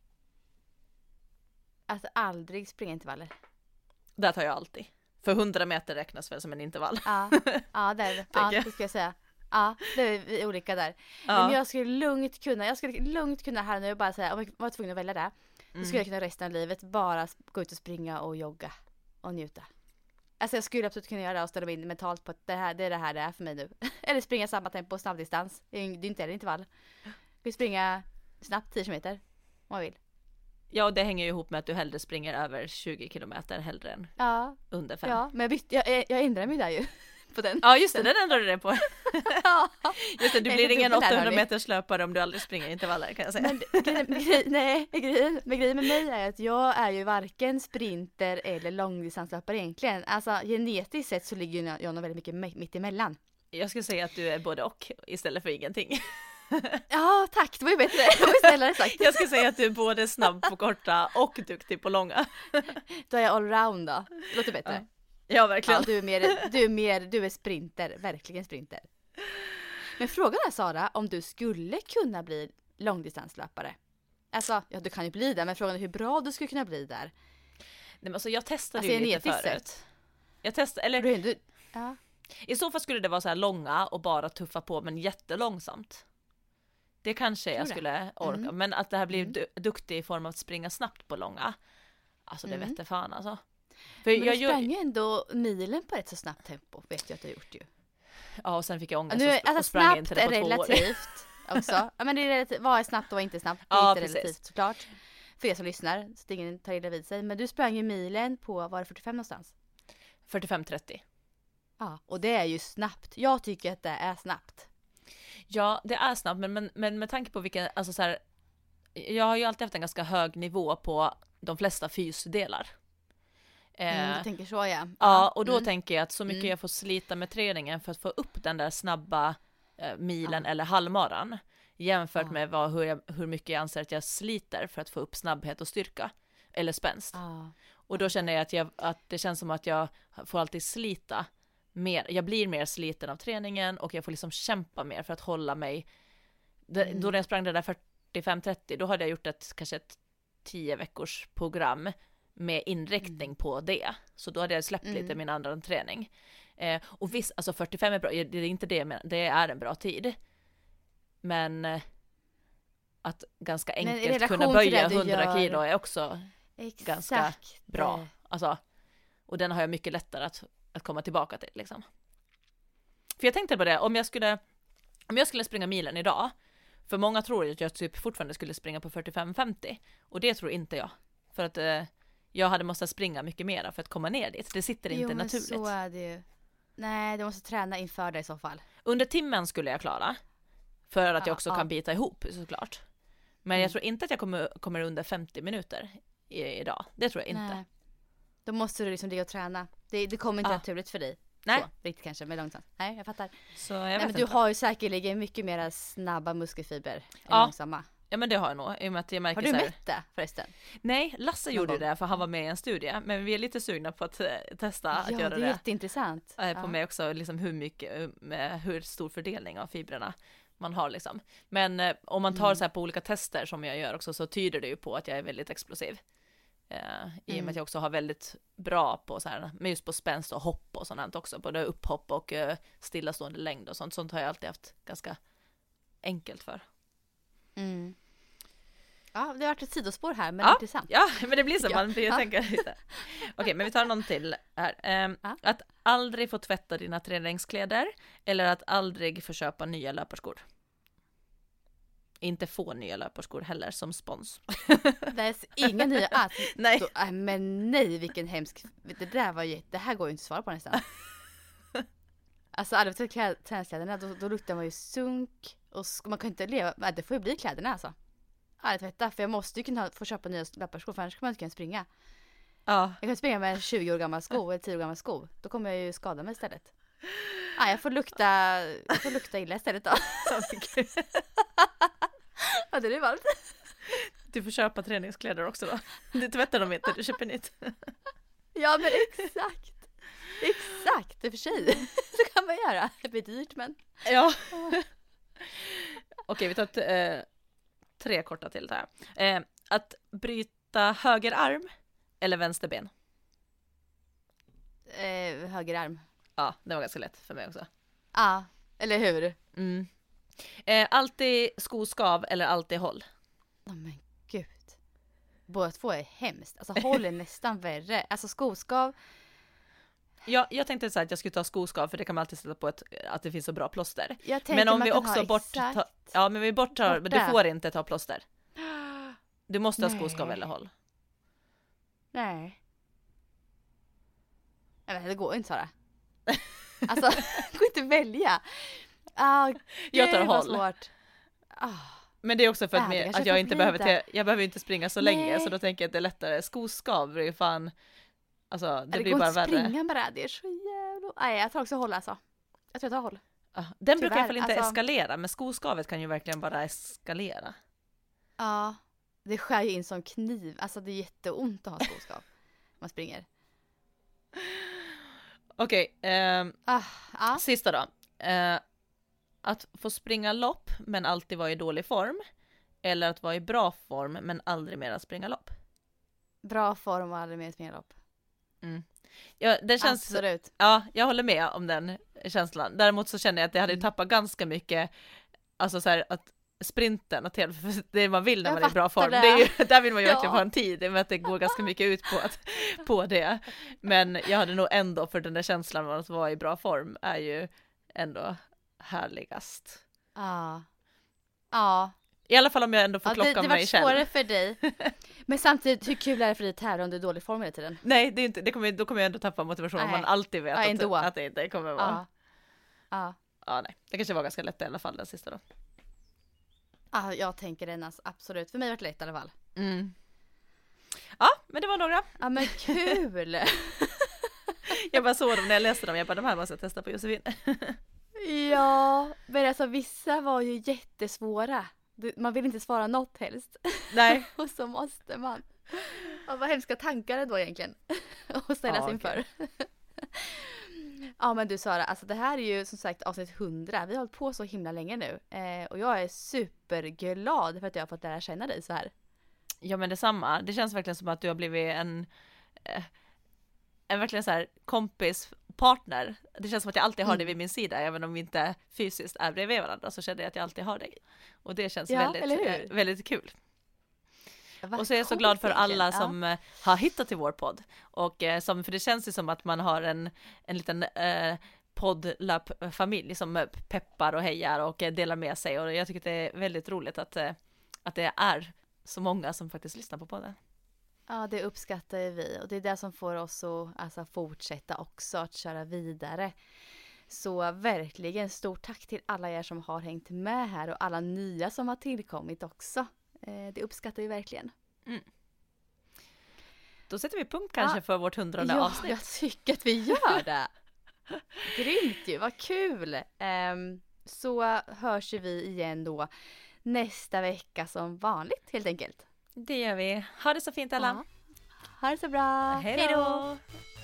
Att aldrig springa intervaller. Det tar jag alltid. För 100 meter räknas väl som en intervall. Ja, det är det. Ja, det ska jag säga. Ja, det är vi olika där. Ja. Men jag skulle lugnt kunna här nu bara säga, om jag var tvungen att välja det, då skulle jag kunna resten av livet bara gå ut och springa och jogga och njuta. Alltså jag skulle absolut kunna göra det och ställa mig in mentalt på att det är det här för mig nu. Eller springa samma tempo, snabbdistans. Det är inte heller intervall. Jag vill springa snabbt 10 kilometer om man vill. Ja, och det hänger ju ihop med att du hellre springer över 20 kilometer hellre än under 5. Ja, men jag ändrar mig där ju. På den. Ja, just det, den ändrar du det på. Ja. Just det, du blir ingen 800 meters löpare om du aldrig springer intervaller kan jag säga. Grejen med mig är att jag är ju varken sprinter eller långdistanslöpare egentligen. Alltså genetiskt sett så ligger jag nog väldigt mycket mitt emellan. Jag skulle säga att du är både och istället för ingenting. Ja, tack. Det var ju bättre. Det var snällare sagt. Jag skulle säga att du är både snabb på korta och duktig på långa. Då är jag allround då. Det låter bättre. Ja, verkligen. Ja, du är sprinter. Verkligen sprinter. Men frågan är, Sara, om du skulle kunna bli långdistanslöpare. Alltså, ja, du kan ju bli där, men frågan är hur bra du skulle kunna bli där. Nej, men alltså jag testade ju lite förut. Jag testade, eller... Ja. I så fall skulle det vara så här långa och bara tuffa på, men jättelångsamt. Det kanske jag skulle orka. Men att det här blir duktig i form av att springa snabbt på långa. Alltså det vet jag fan alltså. För men du sprang ju ändå milen på ett så snabbt tempo. Vet jag att du har gjort ju. Ja, och sen fick jag ångest nu, och alltså, sprang inte det på 2 år. Relativt också. Ja, men det är relativt, vad är snabbt och vad är inte snabbt? Det är inte relativt såklart. För er som lyssnar, så att ingen tar illa vid sig. Men du sprang ju milen på, var det 45 någonstans? 45-30. Ja, och det är ju snabbt. Jag tycker att det är snabbt. Ja, det är snabbt, men med tanke på vilken, alltså så här, jag har ju alltid haft en ganska hög nivå på de flesta fysdelar. Du tänker så, ja. Ja, och då tänker jag att så mycket jag får slita med träningen för att få upp den där snabba milen eller halvmaran jämfört med hur mycket jag anser att jag sliter för att få upp snabbhet och styrka eller spänst. Och då känner jag att det känns som att jag får alltid slita mer. Jag blir mer sliten av träningen och jag får liksom kämpa mer för att hålla mig. Då när jag sprang det där 45-30, då hade jag gjort kanske ett 10 veckors program med inriktning på det. Så då hade jag släppt lite min andra träning. Och visst, alltså 45 är bra, det är inte det, men det är en bra tid. Men att ganska enkelt kunna böja 100 kilo är också ganska bra. Alltså, och den har jag mycket lättare att komma tillbaka till liksom. För jag tänkte på det, om jag skulle springa milen idag, för många tror att jag typ fortfarande skulle springa på 45-50, och det tror inte jag. För att jag hade måste springa mycket mer för att komma ner dit. Det sitter inte naturligt. Så är det ju. Nej, du måste träna inför det i så fall. Under timmen skulle jag klara. För att jag också kan bita ihop såklart. Men jag tror inte att jag kommer under 50 minuter idag. Det tror jag inte. Nej. Då måste du liksom ligga och träna. Det kommer inte naturligt för dig. Nej. Så, riktigt kanske, men långsamt. Nej, jag fattar. Så jag vet du har ju säkerligen mycket mer snabba muskelfiber än långsamma. Ja, men det har jag nog. I och med att jag märker har du mätt det förresten? Nej, Lasse gjorde det för han var med i en studie. Men vi är lite sugna på att testa att göra det. Ja, det är jätteintressant. På mig också, liksom hur stor fördelning av fibrerna man har liksom. Men om man tar så här på olika tester som jag gör också, så tyder det ju på att jag är väldigt explosiv. I och med att jag också har väldigt bra på så här, men just på spänst och hopp och sånt också, både upphopp och stillastående längd och sånt har jag alltid haft ganska enkelt för. Ja, det har varit ett sidospår här, men intressant. Ja, men det blir så, man blir tänka lite. Okej, men vi tar någon till här. Att aldrig få tvätta dina träningskläder eller att aldrig få köpa nya löparskor. Inte få nya löparskor heller som spons. Det är inga nya. Nej. Men nej, vilken hemsk. Det här går ju inte att svara på nästan. Alltså aldrig tvätta träningskläderna, då luktar man ju sunk. Och man kan inte leva. Nej, det får ju bli kläderna alltså. Aldrig tvätta, för jag måste ju kunna få köpa nya löparskor, för annars kan man inte kunna springa. Ja. Jag kan springa med en 20 år gammal sko eller 10 år gammal sko. Då kommer jag ju skada mig istället. Jag får lukta illa istället då. Ja, det är varmt. Du får köpa träningskläder också då. Du tvättar dem inte, du köper nytt. Ja, men exakt. Exakt, i och för sig. Så kan man göra. Det blir dyrt, men... Ja. Okej, vi tar 3 korta till det här. Att bryta höger arm eller vänster ben? Höger arm. Ja, det var ganska lätt för mig också. Ja, eller hur? Alltid skoskav eller alltid håll? Men gud. Båda två är hemskt. Alltså håll är nästan värre. Alltså skoskav. Ja, jag tänkte så här att jag skulle ta skoskav, för det kan man alltid sätta på att det finns så bra plåster. Men om vi också men du får inte ta plåster. Du måste ha skoskav eller håll. Nej. Det går inte, Sara. Alltså, det går inte att välja. Jag tar håll. Svårt. Men det är också för att jag inte behöver inte springa så länge, så då tänker jag att det är lättare. Skoskav är fan, alltså det blir bara värre. Det går inte springa med det, är så jävla... Nej, jag tar också håll alltså. Jag tror jag tar håll. Den brukar i alla fall inte eskalera, men skoskavet kan ju verkligen bara eskalera. Ja, det skär ju in som kniv. Alltså det är jätteont att ha skoskav. Man springer. Okej, sista då. Att få springa lopp men alltid vara i dålig form, eller att vara i bra form men aldrig mer att springa lopp? Bra form och aldrig mer att springa lopp. Ja, det känns, absolut. Ja, jag håller med om den känslan. Däremot så känner jag att det hade tappat ganska mycket, alltså så här, att sprinten och det man vill när man är i bra form. Det är ju, där vill man ju verkligen få en tid, med att det går ganska mycket ut på det. Men jag hade nog ändå, för den där känslan av att vara i bra form är ju ändå härligast. Ja. I alla fall om jag ändå får klocka mig själv. Det var svårare för dig. Men samtidigt, hur kul är det för dig att tävla om du är dålig form hela tiden? Nej, det är inte, då kommer jag ändå tappa motivationen. Man alltid vet att det inte kommer vara. Ja, nej. Det kanske var ganska lätt i alla fall, den sista då. Ja, jag tänker den absolut. För mig var det lätt i alla fall. Ja, men det var några. Ja, men kul! Jag bara såg dem när jag läste dem. Jag bara, de här måste jag testa på Josefin. Ja, men alltså vissa var ju jättesvåra. Man vill inte svara något helst. Nej. Och så måste man. Ja, vad hemska tankar det då egentligen. Och ställas inför. Ja, men du Sara, alltså det här är ju som sagt avsnitt 100. Vi har hållit på så himla länge nu. Och jag är superglad för att jag har fått lära känna dig så här. Ja, men detsamma. Det känns verkligen som att du har blivit en verkligen så här kompispartner. Det känns som att jag alltid har dig vid min sida, även om vi inte fysiskt är bredvid varandra, så känner jag att jag alltid har dig. Och det känns väldigt kul. Och så är jag så glad för alla som har hittat till vår podd. Och för det känns ju som att man har en liten poddlöp-familj som peppar och hejar och delar med sig. Och jag tycker att det är väldigt roligt att det är så många som faktiskt lyssnar på podden. Ja, det uppskattar vi. Och det är det som får oss att fortsätta också, att köra vidare. Så verkligen stort tack till alla er som har hängt med här och alla nya som har tillkommit också. Det uppskattar vi verkligen. Mm. Då sätter vi punkt kanske för vårt 100:e avsnitt. Jag tycker att vi gör det. Grymt ju, vad kul. Så hörs vi igen då nästa vecka som vanligt helt enkelt. Det gör vi. Ha det så fint alla. Ja. Ha det så bra. Hej då.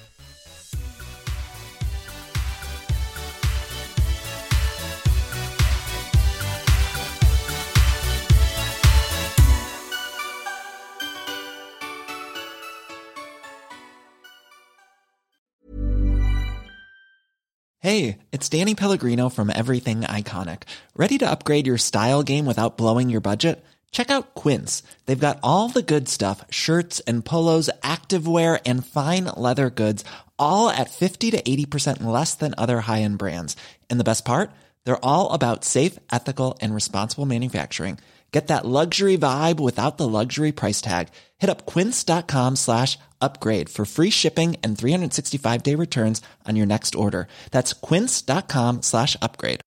Hey, it's Danny Pellegrino from Everything Iconic. Ready to upgrade your style game without blowing your budget? Check out Quince. They've got all the good stuff, shirts and polos, activewear, and fine leather goods, all at 50 to 80% less than other high-end brands. And the best part? They're all about safe, ethical, and responsible manufacturing. Get that luxury vibe without the luxury price tag. Hit up quince.com/upgrade for free shipping and 365-day returns on your next order. That's quince.com/upgrade.